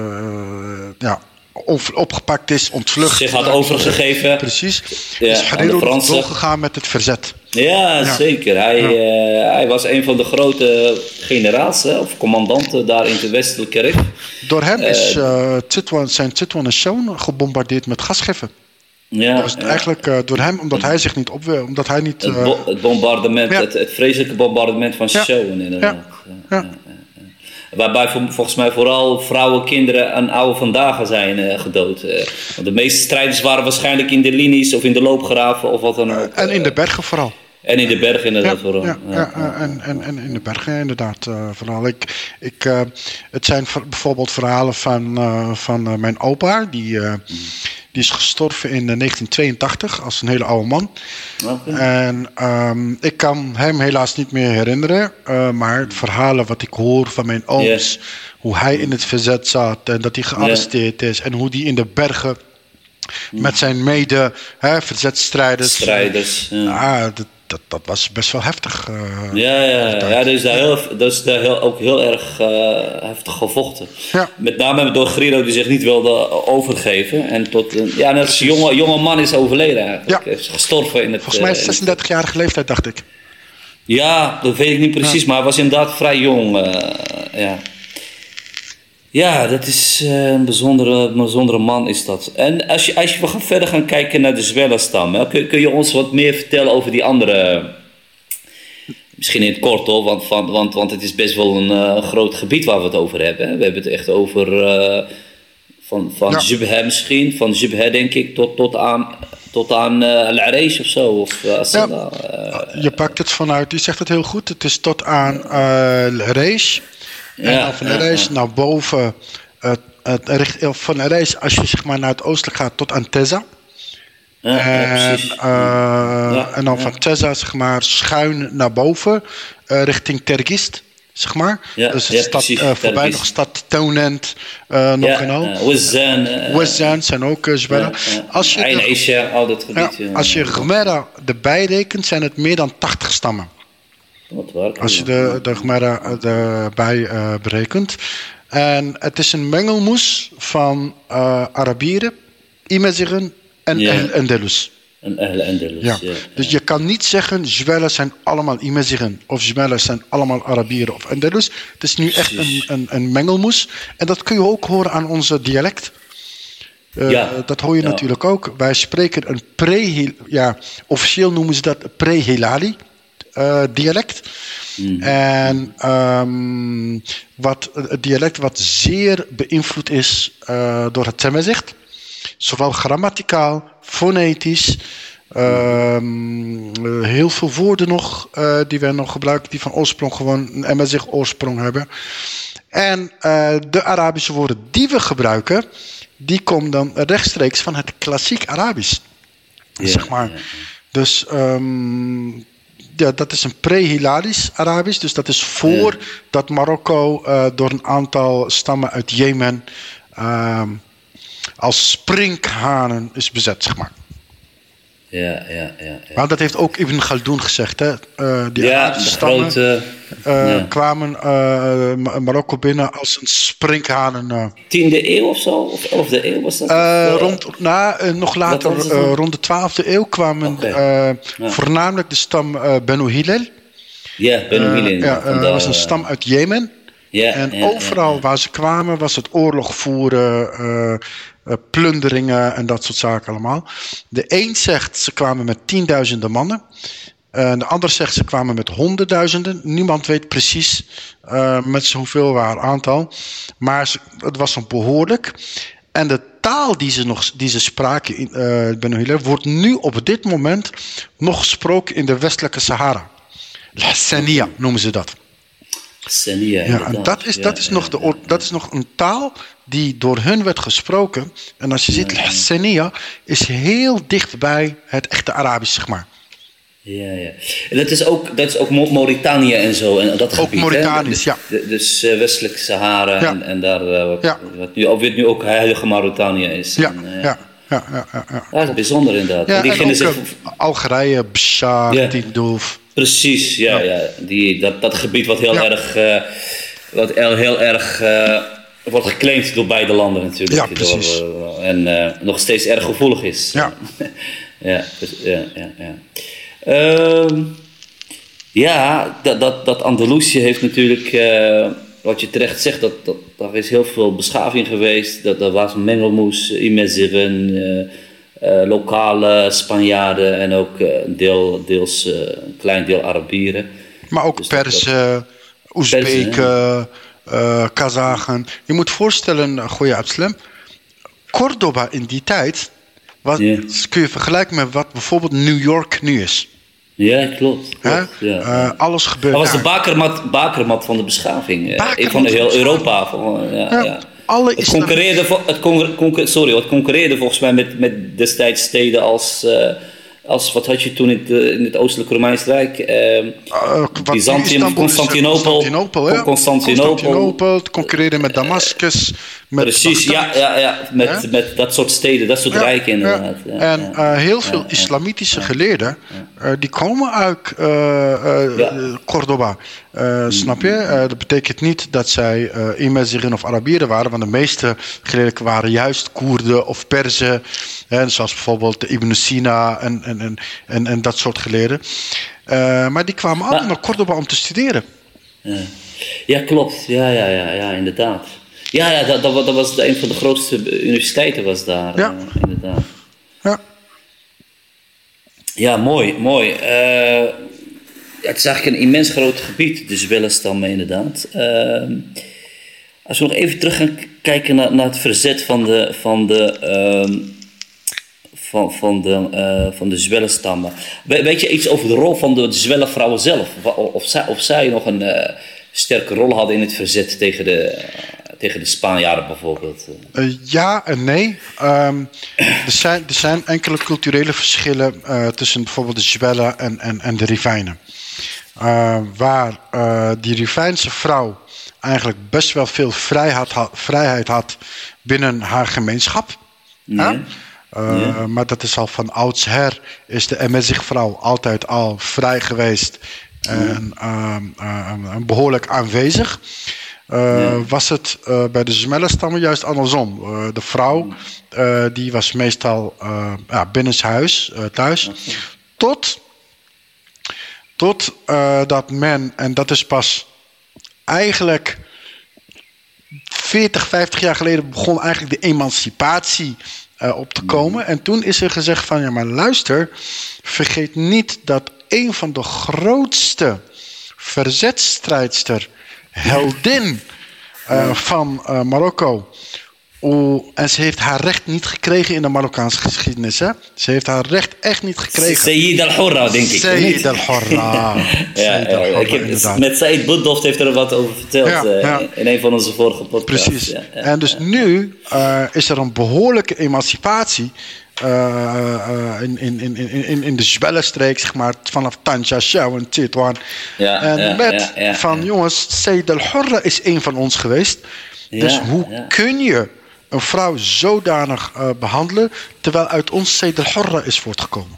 uh, ja, op- opgepakt is, ontvlucht. Zich had uh, overgegeven. Precies. Ja, is aan de Herrero Fransen. doorgegaan met het verzet. Ja, Ja. zeker. Hij, Ja. eh, hij was een van de grote generaals hè, of commandanten daar in de westelijke Rif. Door hem Eh, is uh, Titwan, zijn Titwan en Shown gebombardeerd met gasgiffen. Ja, Dat was ja. eigenlijk uh, door hem, omdat hij zich niet op, omdat hij niet. Het, Uh, bo- het bombardement, Ja. het, het vreselijke bombardement van Ja. Showen inderdaad. Ja. Ja. Ja, ja, ja. Waarbij volgens mij vooral vrouwen, kinderen en oude vandaag zijn uh, gedood. Uh, want de meeste strijders waren waarschijnlijk in de linies of in de loopgraven of wat dan ook. Uh, en in de bergen vooral. En in de bergen inderdaad ja, vooral. Ja, ja, ja. En, en, en in de bergen inderdaad uh, vooral. Ik, ik, uh, het zijn bijvoorbeeld verhalen van, uh, van uh, mijn opa. Die, uh, mm. die is gestorven in uh, negentien tweeëntachtig als een hele oude man. Okay. En um, ik kan hem helaas niet meer herinneren. Uh, maar het verhalen wat ik hoor van mijn ooms. Yeah. Hoe hij in het verzet zat. En dat hij gearresteerd yeah. is. En hoe die in de bergen mm. met zijn mede hè, verzetstrijders. Strijders. Ja. Ah, dat, Dat, dat was best wel heftig. Uh, ja, ja, ja, dat is daar, heel, dat is daar heel, ook heel erg uh, heftig gevochten. Ja. Met name door Guerrero die zich niet wilde overgeven. En tot uh, ja, net als een jonge, jonge man is overleden eigenlijk. Ja. Is gestorven in het... Volgens mij zessendertigjarige leeftijd, dacht ik. Ja, dat weet ik niet precies, ja. maar hij was inderdaad vrij jong. Uh, ja. Ja, dat is uh, een bijzondere, bijzondere man is dat. En als je, als je we gaan verder gaan kijken naar de Zwella-stam, kun, kun je ons wat meer vertellen over die andere... Misschien in het kort hoor, want, want, want, want het is best wel een uh, groot gebied waar we het over hebben. Hè? We hebben het echt over uh, van, van ja. Jubha misschien, van Jubha denk ik, tot, tot aan, tot aan uh, Al-Arish of zo. Of, uh, ja, uh, je pakt het vanuit, je zegt het heel goed, het is tot aan uh, Al-Arish. En ja, van de reis ja, ja. naar boven, uh, uh, van de reis als je zeg maar naar het oostelijk gaat tot aan Teza. Ja, en, ja, uh, ja, en dan ja. van Teza zeg maar schuin naar boven uh, richting Tergist, zeg maar. Ja, dus het ja, stad, uh, voorbij nog stad Townend, uh, nog ja, en al. Uh, Wezan. Uh, Wezan zijn ook uh, Zwella. Ja, ja. Als je Aisha, al dat gebied. Ja, als je Gmera erbij rekent, zijn het meer dan tachtig stammen. Als je de, de Gmera erbij uh, berekent. En het is een mengelmoes van uh, Arabieren, Imezigen en ja. Ahl Andalus. En Ahl Andalus, ja. ja. Dus je kan niet zeggen, Zwella zijn allemaal Imezigen of Zwella zijn allemaal Arabieren of Andalus. Het is nu echt een, een, een mengelmoes. En dat kun je ook horen aan onze dialect. Uh, ja. Dat hoor je ja. natuurlijk ook. Wij spreken een pre... Ja, officieel noemen ze dat pre-Hilali. Uh, dialect. Mm-hmm. En um, wat, het dialect wat zeer beïnvloed is uh, door het Tamazight. Zowel grammaticaal, fonetisch. Um, uh, heel veel woorden nog uh, die wij nog gebruiken die van oorsprong gewoon een Tamazight oorsprong hebben. En uh, de Arabische woorden die we gebruiken, die komen dan rechtstreeks van het klassiek Arabisch. Yeah, zeg maar. Yeah. Dus um, ja, dat is een pre-Hilalisch Arabisch. Dus dat is voor ja. dat Marokko uh, door een aantal stammen uit Jemen uh, als sprinkhanen is bezet, zeg maar. Ja, ja, ja. ja. Maar dat heeft ook Ibn Khaldun gezegd, hè. Uh, die ja, Arabische stammen grote, uh, ja. kwamen uh, Marokko binnen als een sprinkhanen. Uh. Tiende eeuw of zo? Of elfde eeuw was dat? Uh, of, uh, rond, na, uh, nog later, uh, rond de twaalfde eeuw kwamen okay. uh, ja. voornamelijk de stam uh, Banu Hilal. Ja, Banu Hilal. Uh, ja, dat uh, was een stam uit Jemen. Ja, en ja, overal ja, ja. waar ze kwamen was het oorlog voeren, uh, uh, plunderingen en dat soort zaken allemaal. De een zegt ze kwamen met tienduizenden mannen. En de ander zegt ze kwamen met honderdduizenden. Niemand weet precies uh, met z'n hoeveel waren aantal. Maar ze, het was een behoorlijk. En de taal die ze, nog, die ze spraken in uh, Banu Hilal wordt nu op dit moment nog gesproken in de westelijke Sahara. Hassaniya noemen ze dat. Hassaniya, ja, en dat is, dat, is nog de, dat is nog een taal die door hun werd gesproken. En als je ziet, ja, ja. Hassaniya is heel dicht bij het echte Arabisch, zeg maar. Ja, ja. En dat is ook, dat is ook Mauritanië en zo. En dat ook gebied, Mauritanisch, ja. De, dus uh, westelijke Sahara ja. en, en daar uh, wat, ja. wat nu, wat nu ook heilige Mauritanië is. Ja, en, uh, ja. Ja, ja, ja, ja. Dat is bijzonder inderdaad. Ja, die en ook, zich... Algerije, Bshar, ja. Tindouf. Precies, ja, ja. ja. Die, dat, dat gebied wat heel ja. erg, uh, wat heel, heel erg uh, wordt geclaimd door beide landen natuurlijk. Ja, precies. Door, uh, en uh, nog steeds erg gevoelig is. Ja, ja, dus, ja, ja, ja. Uh, ja, dat, dat, dat Andalusië heeft natuurlijk, uh, wat je terecht zegt, dat, dat, daar is heel veel beschaving geweest. Dat, dat was een mengelmoes, Imezigen, uh, uh, lokale Spanjaarden en ook uh, deel, deels uh, een klein deel Arabieren. Maar ook dus Persen, Oezbeken, uh, Kazachen. Je moet voorstellen, uh, Goeie Abslem, Cordoba in die tijd, wat, yeah. kun je vergelijken met wat bijvoorbeeld New York nu is. Ja, klopt. klopt ja. Uh, alles gebeurt. Dat was de bakermat, bakermat van de beschaving. Bakermat van heel Europa. Van, ja, ja. Ja. Alle het, concurreerde, het, concurreerde, sorry, het concurreerde volgens mij met, met destijds steden als... Uh, Als, wat had je toen in het, in het Oostelijk Romeins Rijk? Uh, uh, Byzantium, Constantinopel. Constantinopel, ja. Constantinopel. Constantinopel, het concurreerde met Damascus. Met Precies, ja, ja, ja. Met, ja. met dat soort steden, dat soort ja, rijken inderdaad. Ja. Ja. En uh, heel veel ja, islamitische ja. geleerden, uh, die komen uit uh, uh, ja. Cordoba. Uh, snap je? Uh, dat betekent niet dat zij uh, Imaziren of Arabieren waren, want de meeste geleerden waren juist Koerden of Perzen. Hè, zoals bijvoorbeeld Ibn Sina en, en, en, en, en dat soort geleerden. Uh, maar die kwamen altijd naar Cordoba om te studeren. Ja, ja klopt. Ja, ja, ja, ja, inderdaad. Ja, ja dat, dat, dat was een van de grootste universiteiten was daar. Ja. Uh, inderdaad. Ja. Ja, mooi, mooi. Uh, het is eigenlijk een immens groot gebied, de Zwellenstammen inderdaad. Uh, als we nog even terug gaan kijken naar, naar het verzet van de... Van de uh, Van, van, de, uh, van de Zwellenstammen. We, weet je iets over de rol van de Zwellenvrouwen zelf? Of, of, zij, of zij nog een uh, sterke rol hadden in het verzet tegen de, uh, tegen de Spanjaarden bijvoorbeeld? Uh, ja en nee. Um, er, zijn, er zijn enkele culturele verschillen uh, tussen bijvoorbeeld de Zwellen en, en, en de Rivijnen. Uh, waar uh, die Rivijnse vrouw eigenlijk best wel veel vrijheid had, vrijheid had binnen haar gemeenschap. Nee. Huh? Uh, ja. Maar dat is al van oudsher, is de Emezigh-vrouw altijd al vrij geweest en uh, uh, behoorlijk aanwezig. Uh, ja. Was het uh, bij de Zwellenstammen juist andersom. Uh, de vrouw uh, die was meestal uh, ja, binnenshuis, uh, thuis, okay. tot, tot uh, dat men, en dat is pas eigenlijk veertig, vijftig jaar geleden begon eigenlijk de emancipatie Uh, op te komen. En toen is er gezegd van, ja maar luister, vergeet niet dat een van de grootste verzetstrijdster, heldin uh, van uh, Marokko. Oh, en ze heeft haar recht niet gekregen in de Marokkaanse geschiedenis. Hè? Ze heeft haar recht echt niet gekregen. Sayyid al-Hurra, denk ik. Sayyid al-Hurra. ja, ja, ik heb, met Said Bouddoft heeft er wat over verteld ja, uh, ja. in een van onze vorige podcasts. Precies. Ja, ja, en dus ja. nu uh, is er een behoorlijke emancipatie uh, uh, in, in, in, in, in de Zwellenstreek, zeg maar, vanaf Tanja, Chouwen, Tétouan. Ja, en ja, met ja, ja, van, ja. jongens, Sayyid al-Hurra is een van ons geweest. Ja, dus hoe ja. kun je een vrouw zodanig uh, behandelen, terwijl uit ons Sayyid al-Hurra is voortgekomen.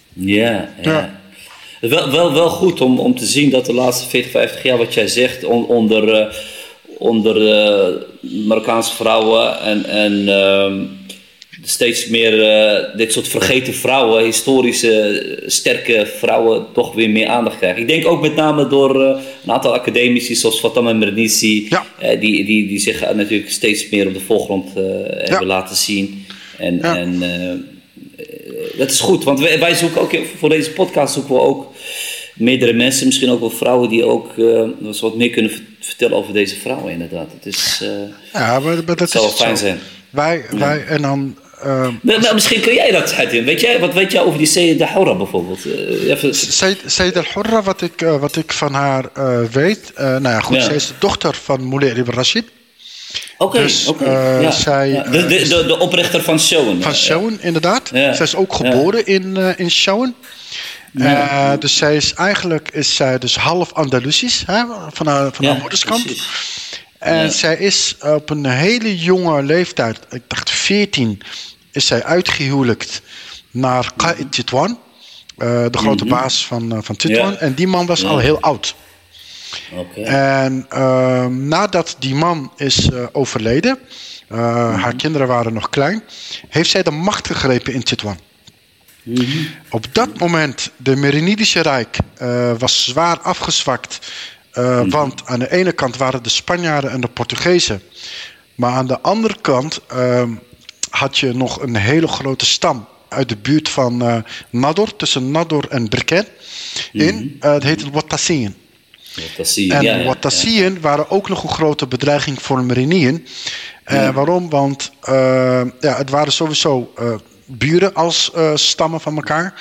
Ja, ja. ja. Wel, wel, wel goed om, om te zien dat de laatste veertig, vijftig jaar, wat jij zegt, on, onder, uh, onder uh, Marokkaanse vrouwen en, en uh, steeds meer uh, dit soort vergeten vrouwen, historische, sterke vrouwen, toch weer meer aandacht krijgen. Ik denk ook met name door uh, een aantal academici zoals Fatama Mernissi, ja. uh, die, die, die zich natuurlijk steeds meer op de voorgrond uh, ja. hebben laten zien. En, ja. en uh, dat is goed, want wij, wij zoeken ook, voor deze podcast zoeken we ook meerdere mensen, misschien ook wel vrouwen die ook uh, wat meer kunnen vertellen over deze vrouwen inderdaad. Het is, uh, ja, maar, maar dat zal is fijn zo. zijn. Wij, wij en dan... Uh, maar, maar misschien kun jij dat uitvinden. Weet jij, wat weet jij over die Sayyid al-Hurra bijvoorbeeld? Uh, even... Sayyid al-Hurra, wat ik, uh, wat ik van haar uh, weet... Uh, nou ja, goed, ja. zij is de dochter van Moulay Ibn Rashid. Oké, okay, dus, okay, uh, ja. zij... Ja. De, de, de, de oprichter van Chouwen. Van Chouwen, ja. inderdaad. Ja. Zij is ook geboren ja. in, uh, in Chouwen. Ja. Uh, dus zij is eigenlijk is zij dus half Andalusisch, hè, van haar, van ja, haar moederskant. Precies. En ja. zij is op een hele jonge leeftijd, ik dacht veertien, is zij uitgehuwelijkt naar Qaid Tétouan, uh, de grote mm-hmm. baas van, uh, van Tétouan. Ja. En die man was ja. al heel oud. Okay. En uh, nadat die man is uh, overleden, uh, mm-hmm. haar kinderen waren nog klein, heeft zij de macht gegrepen in Tétouan. Mm-hmm. Op dat moment, de Merinidische Rijk uh, was zwaar afgezwakt. Uh, mm-hmm. Want aan de ene kant waren de Spanjaarden en de Portugezen. Maar aan de andere kant uh, had je nog een hele grote stam uit de buurt van uh, Nador, tussen Nador en Birken. Mm-hmm. In, uh, het heette Wattassiën. Wattasiën, en ja, ja, Wattasiën ja. waren ook nog een grote bedreiging voor de Meriniden. Uh, ja. Waarom? Want uh, ja, het waren sowieso uh, buren als uh, stammen van elkaar.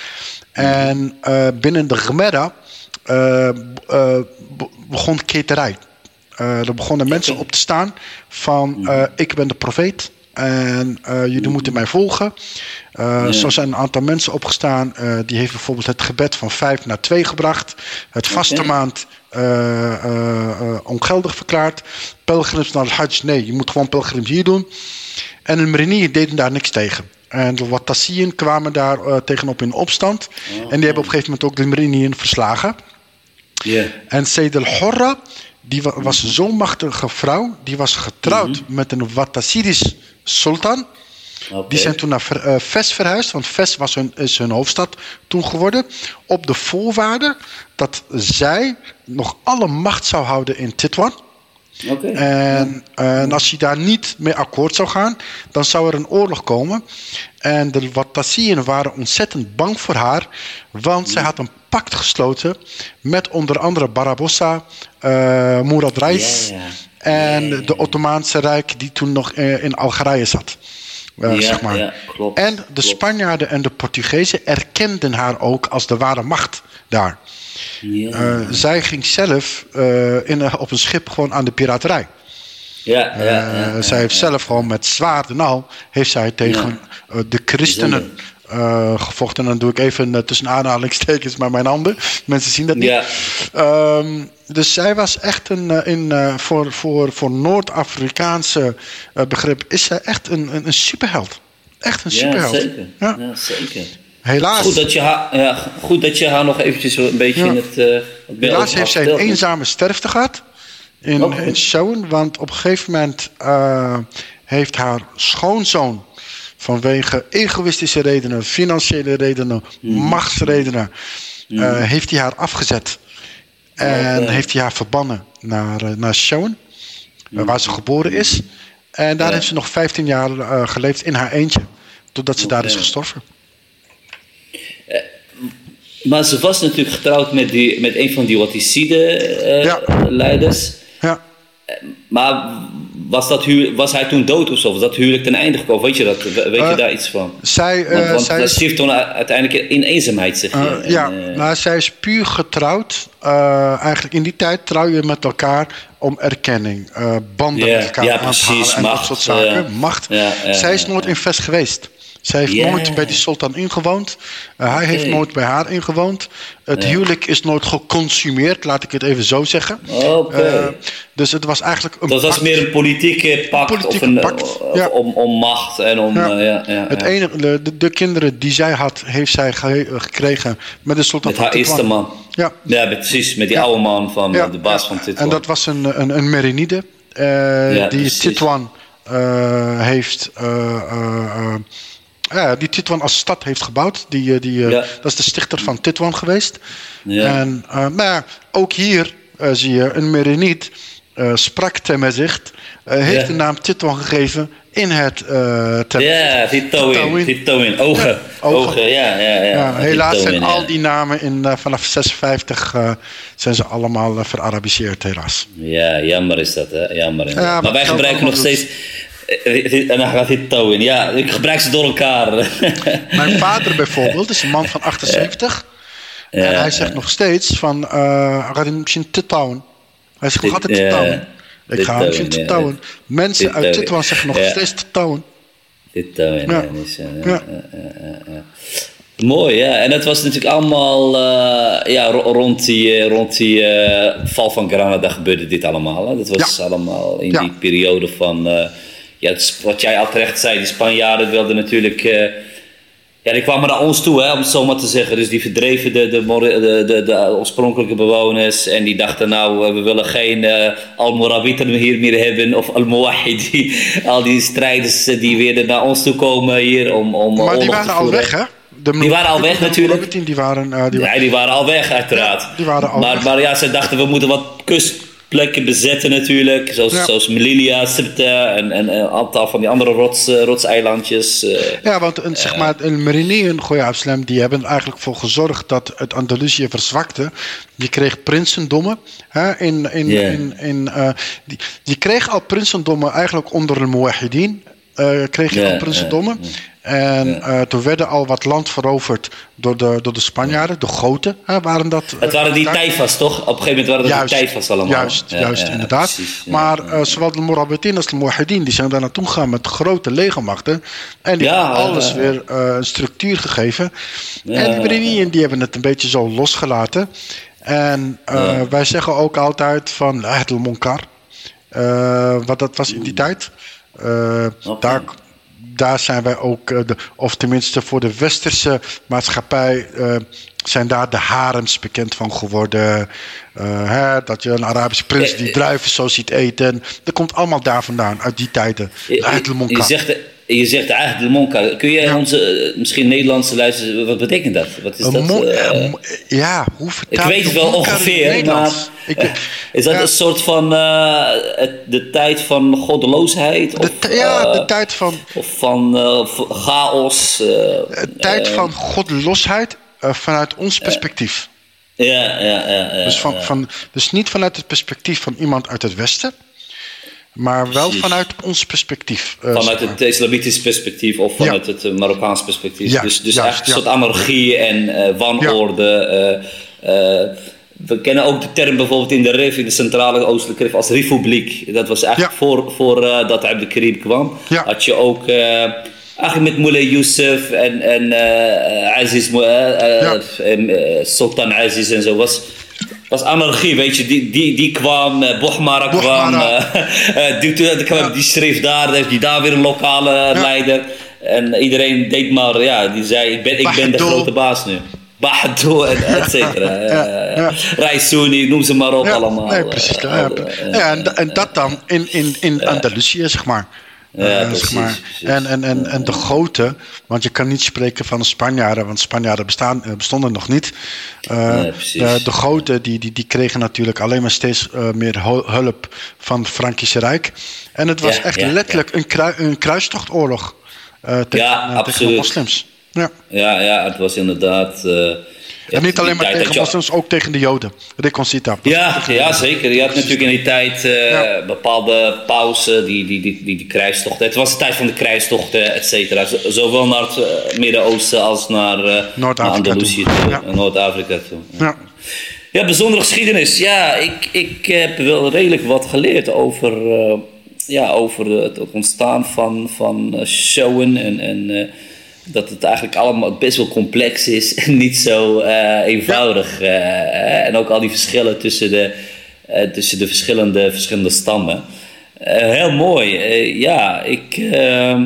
En uh, binnen de Gemera uh, uh, begon keterij. Uh, er begonnen mensen op te staan van uh, ik ben de profeet en uh, jullie moeten mij volgen. Uh, ja. Zo zijn een aantal mensen opgestaan. Uh, die heeft bijvoorbeeld het gebed van vijf naar twee gebracht. Het vaste okay. maand uh, uh, uh, ongeldig verklaard. Pelgrims naar het Hajj, nee, je moet gewoon pelgrims hier doen. En de Meriniden deden daar niks tegen. En de Wattasiën kwamen daar uh, tegenop in opstand. Oh, en die hebben op een gegeven moment ook de Meriniden verslagen. Yeah. En Sayyid al-Hurra, die wa- was zo'n machtige vrouw. Die was getrouwd mm-hmm. met een Wattasidisch sultan. Okay. Die zijn toen naar uh, Fes verhuisd. Want Fes was hun, is hun hoofdstad toen geworden. Op de voorwaarde dat zij nog alle macht zou houden in Titwan. Okay. En, uh, en als je daar niet mee akkoord zou gaan, dan zou er een oorlog komen. En de Wattasiën waren ontzettend bang voor haar, want mm. zij had een pact gesloten met onder andere Barbarossa, uh, Murad Reis yeah, yeah. en yeah, yeah, de Ottomaanse Rijk die toen nog uh, in Algerije zat. Uh, yeah, zeg maar. yeah, klopt, en de klopt. Spanjaarden en de Portugezen erkenden haar ook als de ware macht daar. Yeah. Uh, zij ging zelf uh, in, op een schip gewoon aan de piraterij. Ja, ja, ja, uh, ja, zij ja, heeft ja. zelf gewoon met zwaard en al heeft zij tegen ja. uh, de christenen uh, gevochten. En dan doe ik even uh, tussen aanhalingstekens maar mijn handen. Mensen zien dat niet. Ja. Um, dus zij was echt een, uh, in, uh, voor, voor, voor Noord-Afrikaanse uh, begrip is zij echt een, een, een superheld. Echt een superheld. Ja, zeker. Ja. Ja, zeker. Helaas. Goed dat je haar, ja, goed dat je haar nog eventjes een beetje ja. in het... Uh, Helaas heeft zij een eenzame sterfte gehad in, okay. in Schoen. Want op een gegeven moment uh, heeft haar schoonzoon vanwege egoïstische redenen, financiële redenen, mm. machtsredenen, mm. uh, heeft hij haar afgezet. En okay. heeft hij haar verbannen naar, uh, naar Schoen, mm. uh, waar ze geboren is. En daar ja. heeft ze nog vijftien jaar uh, geleefd in haar eentje, totdat ze okay. daar is gestorven. Uh, maar ze was natuurlijk getrouwd met, die, met een van die Wattiside-leiders. Uh, ja. ja. Uh, maar was, dat huur, was hij toen dood of zo? Was dat huwelijk ten einde gekomen? Weet je, dat, weet je uh, daar iets van? Zij, uh, want want zij dat is, schreef toen uiteindelijk in eenzaamheid, zeg je. Uh, en, ja, uh, nou, zij is puur getrouwd. Uh, eigenlijk in die tijd trouw je met elkaar om erkenning. Uh, banden yeah, met elkaar ja, aan precies, te halen en macht, dat soort zaken. Uh, macht. Ja, ja, zij is nooit ja, in Fes geweest. Zij heeft yeah. nooit bij die sultan ingewoond. Uh, hij okay. heeft nooit bij haar ingewoond. Het ja. huwelijk is nooit geconsumeerd, laat ik het even zo zeggen. Okay. Uh, dus het was eigenlijk een Dat pact. was meer een politieke pact, een politieke of een, pact. Of, ja. om, om macht en om... Ja. Uh, ja, ja, het enige, de, de kinderen die zij had, heeft zij ge- gekregen met de sultan met van Titwan. Met haar eerste man. Ja, ja precies, met die ja. oude man van ja. de baas ja. van Titwan. En dat was een, een, een Merinide uh, ja, die precies. Titwan uh, heeft... Uh, uh, uh, Ja, die Titwan als stad heeft gebouwd. Die, die, ja. Dat is de stichter van Titwan geweest. Ja. En, uh, maar ook hier uh, zie je een Merinid uh, sprak Temezigt. Uh, heeft ja. de naam Titwan gegeven in het uh, tem- Ja, Titouin. Titouin. Ogen. Ja, ogen. Ogen. Ja, ja, ja. ja, helaas Titouin, zijn ja. al die namen in, uh, vanaf zesenvijftig uh, zijn ze allemaal uh, verarabiseerd, helaas. Ja, jammer is dat, hè. Jammer. Ja, maar wij gebruiken nog steeds... En dan gaat dit touwen. Ja, ik gebruik ze door elkaar. Mijn vader bijvoorbeeld is een man van achtenzeventig. Ja. En hij zegt ja. nog steeds van... Uh, gaat misschien te touwen. Hij zegt nog altijd te touwen. Ik ga misschien te touwen. Mensen dit uit Titwan zeggen nog ja. steeds te touwen. Dit touwen. Ja. Dus, uh, ja. Uh, uh, uh, uh. Mooi, ja. En dat was natuurlijk allemaal... Uh, ja, rond die, rond die uh, val van Granada gebeurde dit allemaal. Hè? Dat was ja. allemaal in ja. die periode van... Uh, Ja, wat jij al terecht zei, die Spanjaarden wilden natuurlijk... Uh, ja, die kwamen naar ons toe, hè, om het zo maar te zeggen. Dus die verdreven de, de, de, de, de oorspronkelijke bewoners. En die dachten, nou, we willen geen uh, Almoravieten hier meer hebben. Of Almoahidi. Al die strijders die weer naar ons toe komen hier om... om maar die waren al weg, hè? De die waren al weg de, natuurlijk. Die waren, uh, die ja, die waren al weg, uiteraard. Ja, die waren al maar, weg. Maar ja, ze dachten, we moeten wat kust... plekken bezetten natuurlijk. Zoals, ja. zoals Melilla, Sirte en, en een aantal van die andere rots, uh, rotseilandjes. Uh, ja, want een, zeg maar, een Marini en Goya Absalem, die hebben er eigenlijk voor gezorgd dat het Andalusië verzwakte. Je kreeg prinsendommen. Hè, in, in, yeah. in, in, uh, die, je kreeg al prinsendommen eigenlijk onder de Muwahidin. Uh, kreeg je yeah, al prinsendommen. Yeah, yeah. En uh, toen werden al wat land veroverd door de, door de Spanjaarden, de Goten, hè, waren dat. Uh, het waren die taifas, toch? Op een gegeven moment waren dat juist, die taifas allemaal. Juist, ja, juist ja, inderdaad. Precies, ja, maar uh, zowel de Morabitin als de Muwahidin, die zijn daar naartoe gegaan met grote legermachten. En die ja, hebben alles uh, weer uh, een structuur gegeven. Ja, en die Bereninien, die hebben het een beetje zo losgelaten. En uh, ja. wij zeggen ook altijd van het Monkar. Uh, wat dat was in die tijd. Uh, okay. Daar... Daar zijn wij ook, de, of tenminste voor de westerse maatschappij, uh, zijn daar de harems bekend van geworden. Uh, hè, dat je een Arabische prins die druiven zo ziet eten. Dat komt allemaal daar vandaan, uit die tijden. Je, je zegt, je zegt eigenlijk de Monka. Kun je ja. onze, misschien Nederlandse luisteren, wat betekent dat? Wat is dat? Mon- uh, ja, hoe vertaal ik weet het wel ongeveer, maar ik, uh, is dat ja. een soort van uh, de tijd van goddeloosheid? De t- of, ja, uh, de tijd van... Of van uh, chaos? Uh, de tijd uh, van goddeloosheid uh, vanuit ons perspectief. Ja, ja, ja. ja dus, van, ja. Van, dus niet vanuit het perspectief van iemand uit het Westen, maar wel Precies. vanuit ons perspectief. Uh, vanuit het islamitisch perspectief of vanuit ja. het Marokkaans perspectief. Ja, dus dus juist, eigenlijk een ja. soort anarchie en uh, wanorde. Ja. Uh, uh, we kennen ook de term bijvoorbeeld in de Rif, in de centrale oostelijke Rif, als republiek. Dat was eigenlijk ja. voor, voor uh, dat Abdelkarim kwam. Ja. Had je ook... Uh, Eigenlijk met Moulay Youssef en, en uh, Aziz, uh, ja. uh, Sultan Aziz en zo was, was anarchie, weet je. Die, die, die kwam, uh, Bohmara kwam, uh, uh, die, die kwam ja. die schreef daar, die daar weer een lokale ja. leider. En iedereen deed maar, ja, die zei, ik ben, ik ben de grote baas nu. Bahdo en et cetera. Ja, ja. Raisouni, noem ze maar op ja, allemaal. Nee, precies. Uh, ja, uh, ja, en, en dat dan in, in, in ja. Andalusië, zeg maar. Ja, uh, precies, zeg maar. precies. En, en, en, en de Goten, want je kan niet spreken van de Spanjaarden, want Spanjaarden bestaan, bestonden nog niet. Uh, ja, de, de Goten die, die, die kregen natuurlijk alleen maar steeds uh, meer hulp van het Frankische Rijk. En het was ja, echt ja, letterlijk ja. Een, krui, een kruistochtoorlog uh, tegen, ja, uh, tegen de moslims. Ja. Ja, ja, het was inderdaad... Uh, en niet alleen maar tegen moslims, je... ook tegen de Joden. Reconcita. Ja, ja, zeker. Je had natuurlijk in die tijd uh, ja. bepaalde pauzen, die, die, die, die, die kruistochten. Het was de tijd van de kruistochten, et cetera. Zowel naar het uh, Midden-Oosten als naar, uh, naar Andalusië toe. Ja. Noord-Afrika toe. Ja. Ja. ja, bijzondere geschiedenis. Ja, ik, ik heb wel redelijk wat geleerd over, uh, ja, over het, het ontstaan van, van uh, showen en... en uh, dat het eigenlijk allemaal best wel complex is en niet zo uh, eenvoudig. Ja. Uh, en ook al die verschillen tussen de, uh, tussen de verschillende, verschillende stammen. Uh, heel mooi. Uh, ja, ik... Uh...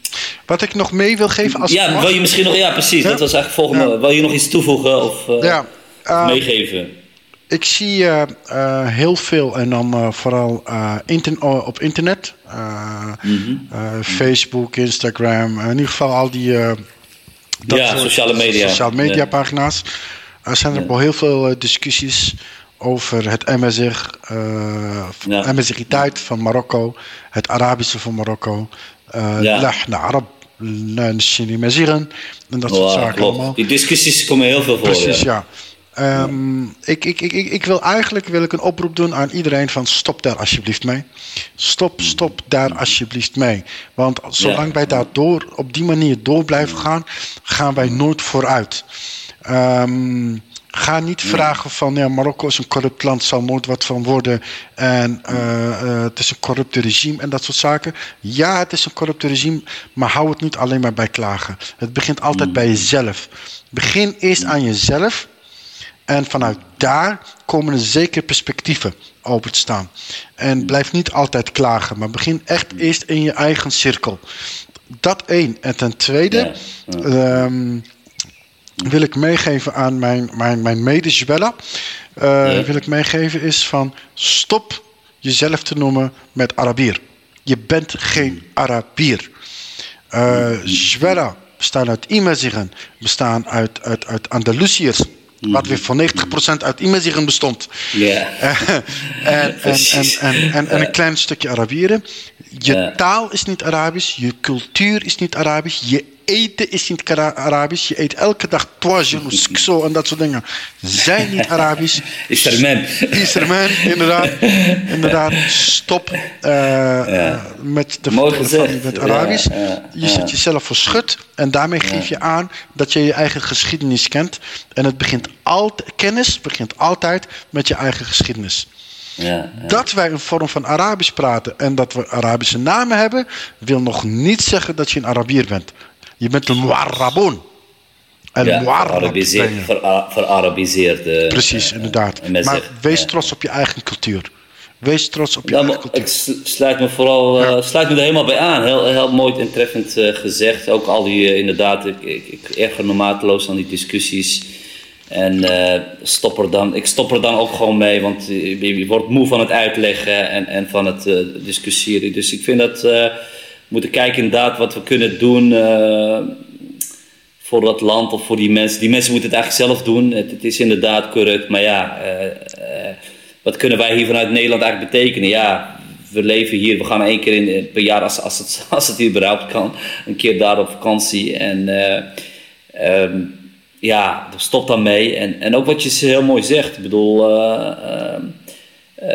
Wat ik nog mee wil geven als... Ja, wil je misschien nog... Ja, precies. Ja? Dat was eigenlijk volgende... Ja. Wil je nog iets toevoegen of, uh, ja. uh, of meegeven? Ik zie uh, uh, heel veel en dan uh, vooral uh, inter- op internet. Uh, mm-hmm. uh, Facebook, Instagram, uh, in ieder geval al die uh, dat ja, sociale media, sociale media ja. pagina's. Er zijn er ja. wel heel veel uh, discussies over het emezigh, uh, ja. emezigiteit van Marokko, het Arabische van Marokko, lahn Arab, Nashini Mezighen en dat soort zaken klopt. allemaal. Die discussies komen heel veel voor. Precies, ja. ja. Um, ik, ik, ik, ik wil eigenlijk wil ik een oproep doen aan iedereen van stop daar alsjeblieft mee. Stop, stop daar alsjeblieft mee. Want zolang ja. wij daar door, op die manier door blijven gaan, gaan wij nooit vooruit. Um, ga niet vragen van ja, Marokko is een corrupt land, zal nooit wat van worden. En uh, uh, het is een corrupte regime en dat soort zaken. Ja, het is een corrupte regime, maar hou het niet alleen maar bij klagen. Het begint altijd bij jezelf. Begin eerst aan jezelf. En vanuit daar komen er zeker perspectieven open te staan. En blijf niet altijd klagen, maar begin echt eerst in je eigen cirkel. Dat één. En ten tweede ja. Ja. Um, wil ik meegeven aan mijn, mijn, mijn mede-Jwella. Uh, ja. Wil ik meegeven is van stop jezelf te noemen met Arabier. Je bent geen Arabier. Uh, Jwella bestaan uit Imazighen, bestaan uit, uit, uit Andalusiërs. Wat weer voor negentig procent uit Imazigen bestond. Ja. en, en, en, en, en, en een klein stukje Arabieren. Je Ja. taal is niet Arabisch, je cultuur is niet Arabisch, je eten is niet Ara- Arabisch. Je eet elke dag toajen, zo en dat soort dingen. Zijn niet Arabisch. Is er men. Is er men, inderdaad. Inderdaad, stop uh, Ja. met de Mooi vertellen van je gezegd. bent Arabisch. Ja, ja, Je ja. zet jezelf voor schut en daarmee geef je aan dat je je eigen geschiedenis kent. En het begint altijd, kennis begint altijd met je eigen geschiedenis. Ja, ja. Dat wij een vorm van Arabisch praten en dat we Arabische namen hebben, wil nog niet zeggen dat je een Arabier bent. Je bent een Muarrabun. En Ja, Muarrab verarabiseerd, ben je. vera- verarabiseerd. Precies, inderdaad. men Maar zegt, wees ja. trots op je eigen cultuur. Wees trots op je Ja, eigen maar cultuur. ik sl- sluit me vooral uh, sluit me er helemaal bij aan. Heel, heel mooi en treffend uh, gezegd. Ook al die, uh, inderdaad, ik, ik, ik erger me mateloos aan die discussies. En uh, stop er dan, ik stop er dan ook gewoon mee, want je, je wordt moe van het uitleggen en, en van het uh, discussiëren. Dus ik vind dat uh, we moeten kijken inderdaad wat we kunnen doen uh, voor dat land of voor die mensen. Die mensen moeten het eigenlijk zelf doen. Het, het is inderdaad correct, maar ja, uh, uh, wat kunnen wij hier vanuit Nederland eigenlijk betekenen? Ja, we leven hier, we gaan één keer in, per jaar, als, als, het, als het überhaupt kan, een keer daar op vakantie. En uh, um, ja, stop dan mee. En, en ook wat je heel mooi zegt, ik bedoel, uh, uh,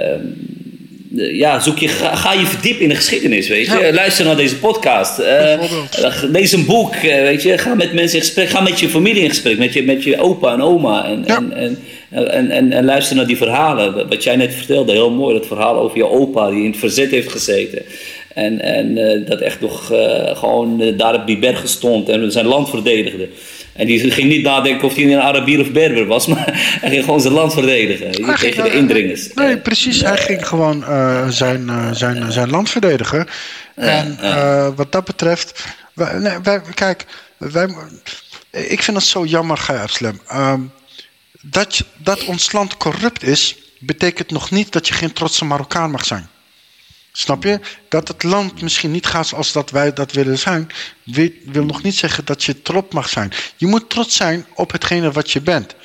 uh, ja, zoek je, ga, ga je verdiepen in de geschiedenis, weet je. Ja. Luister naar deze podcast, uh, lees een boek, uh, weet je. Ga met mensen in gesprek, ga met je familie in gesprek, met je, met je opa en oma. En, Ja. en, en, en, en, en luister naar die verhalen. Wat jij net vertelde, heel mooi, dat verhaal over je opa die in het verzet heeft gezeten. En, en uh, dat echt nog uh, gewoon uh, daar op die bergen stond en zijn land verdedigde. En die ging niet nadenken of hij een Arabier of Berber was, maar hij ging gewoon zijn land verdedigen Hij tegen ging, de uh, indringers. Nee, precies. Hij ging gewoon uh, zijn, uh, zijn, zijn land verdedigen. En uh, wat dat betreft, wij, nee, wij, kijk, wij, ik vind het zo jammer, Guy Abslem. Um, dat, dat ons land corrupt is, betekent nog niet dat je geen trotse Marokkaan mag zijn. Snap je? Dat het land misschien niet gaat zoals dat wij dat willen zijn, wil, wil nog niet zeggen dat je trots mag zijn. Je moet trots zijn op hetgene wat je bent.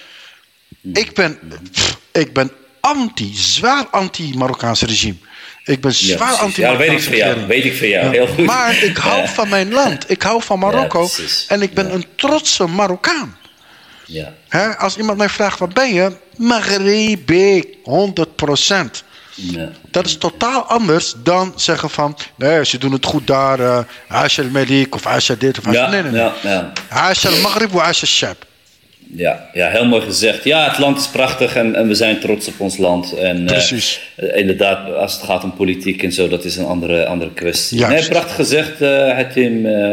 Ik ben, pff, ik ben anti, zwaar anti-Marokkaans regime. Ik ben zwaar ja, anti-Marokkaans ja, weet ik van jou, weet ik van jou. Ja. Heel goed. Maar ik hou van mijn land. Ik hou van Marokko. Ja, en ik ben ja. een trotse Marokkaan. Ja. He, als iemand mij vraagt, wat ben je? Maghrebi, honderd procent. Ja. Dat is totaal anders dan zeggen van, nee, ze doen het goed daar, uh, Aisha al-Malik of Aisha dit of Aisha... Ja, nee, nee, nee. ja, ja. Aisha al-Maghrib of Aisha al-Shab. Ja, ja, heel mooi gezegd. Ja, het land is prachtig en, en we zijn trots op ons land. En, Precies. Uh, inderdaad, als het gaat om politiek en zo, dat is een andere, andere kwestie. Juist. Nee, prachtig gezegd, uh, Hatim. Uh,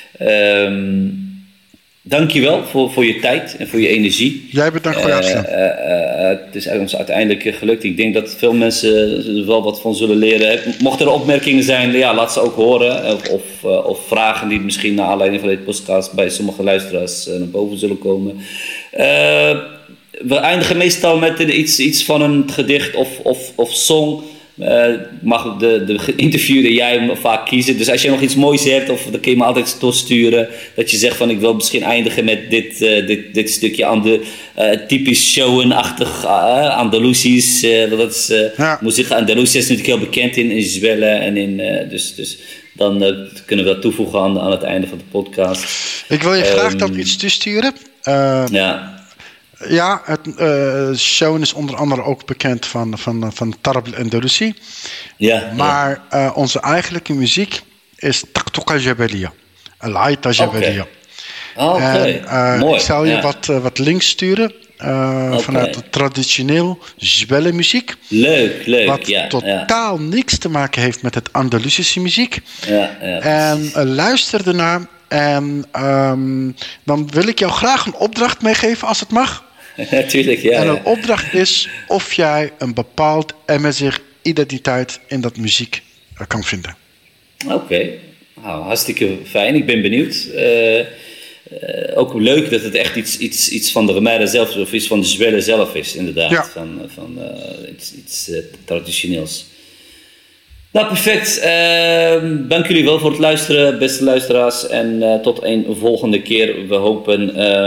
um, Dank je wel voor, voor je tijd en voor je energie. Jij bedankt voor je uitslag. Uh, uh, uh, het is ons uiteindelijk gelukt. Ik denk dat veel mensen er wel wat van zullen leren. Mochten er opmerkingen zijn, ja, laat ze ook horen. Of, of, uh, of vragen die misschien naar aanleiding van deze podcast bij sommige luisteraars uh, naar boven zullen komen. Uh, we eindigen meestal met iets, iets van een gedicht of, of, of song. Uh, mag de, de geïnterviewde jij vaak kiezen. Dus als je nog iets moois hebt, of dan kun je me altijd doorsturen. Dat je zegt van ik wil misschien eindigen met dit, uh, dit, dit stukje aan de uh, typisch showen-achtig uh, Andalusisch. Uh, dat is uh, ja. muziek Andalusië is natuurlijk heel bekend in, in Zwelle. En in, uh, dus, dus dan uh, kunnen we dat toevoegen aan, aan het einde van de podcast. Ik wil je um, graag dan iets toesturen. Uh, ja. Ja, het uh, showen is onder andere ook bekend van, van, van Tarab al-Andalusi. Ja, maar ja. Uh, onze eigenlijke muziek is Taktuka Jabaliya. Al-Aita Jabaliya. Oké, okay. uh, mooi. Ik zal je ja. wat, uh, wat links sturen uh, okay. vanuit de traditioneel Jbelle muziek. Leuk, leuk. Wat ja, totaal ja. niks te maken heeft met het Andalusische muziek. Ja, ja, en uh, luister ernaar. En um, dan wil ik jou graag een opdracht meegeven als het mag. Natuurlijk, ja. En een ja. opdracht is of jij een bepaald M S R-identiteit in dat muziek uh, kan vinden. Oké, okay. nou, hartstikke fijn. Ik ben benieuwd. Uh, uh, ook leuk dat het echt iets, iets, iets van de Remera zelf of iets van de Zwelle zelf is, inderdaad. Ja. Van, van uh, iets, iets uh, traditioneels. Nou, perfect. Uh, dank jullie wel voor het luisteren, beste luisteraars. En uh, tot een volgende keer. We hopen... Uh,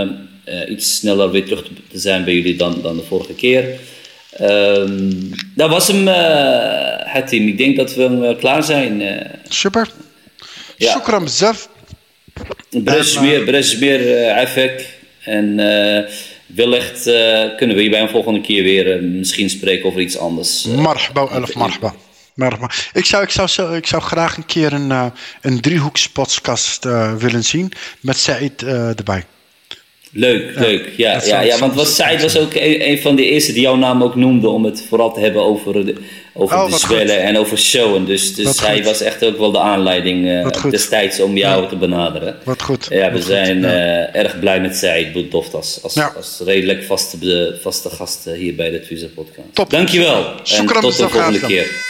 uh, iets sneller weer terug te zijn bij jullie dan, dan de vorige keer. Um, dat was hem, uh, Hatim. Ik denk dat we uh, klaar zijn. Uh, Super. Ja. Shukran bezaf. Bresmir, Bresmir, uh, Afek. En uh, wellicht uh, kunnen we hierbij een volgende keer weer uh, misschien spreken over iets anders. Uh, marhaba, elf marhaba. marhaba. Ik zou, ik, zou zo, ik zou graag een keer een, uh, een driehoekspodcast uh, willen zien met Said uh, erbij. Leuk, ja, leuk. Ja, ja, ja, want was, Said was ook een, een van de eerste die jouw naam ook noemde om het vooral te hebben over de, over oh, de zwellen en over showen. Dus, dus hij goed. was echt ook wel de aanleiding uh, destijds om jou ja. te benaderen. Wat goed. Ja, we Wat zijn goed, ja. uh, erg blij met Said Bouddoft als, als, ja. als redelijk vaste, vaste gast hier bij de Twiza podcast. Top. Dankjewel. En tot de volgende keer.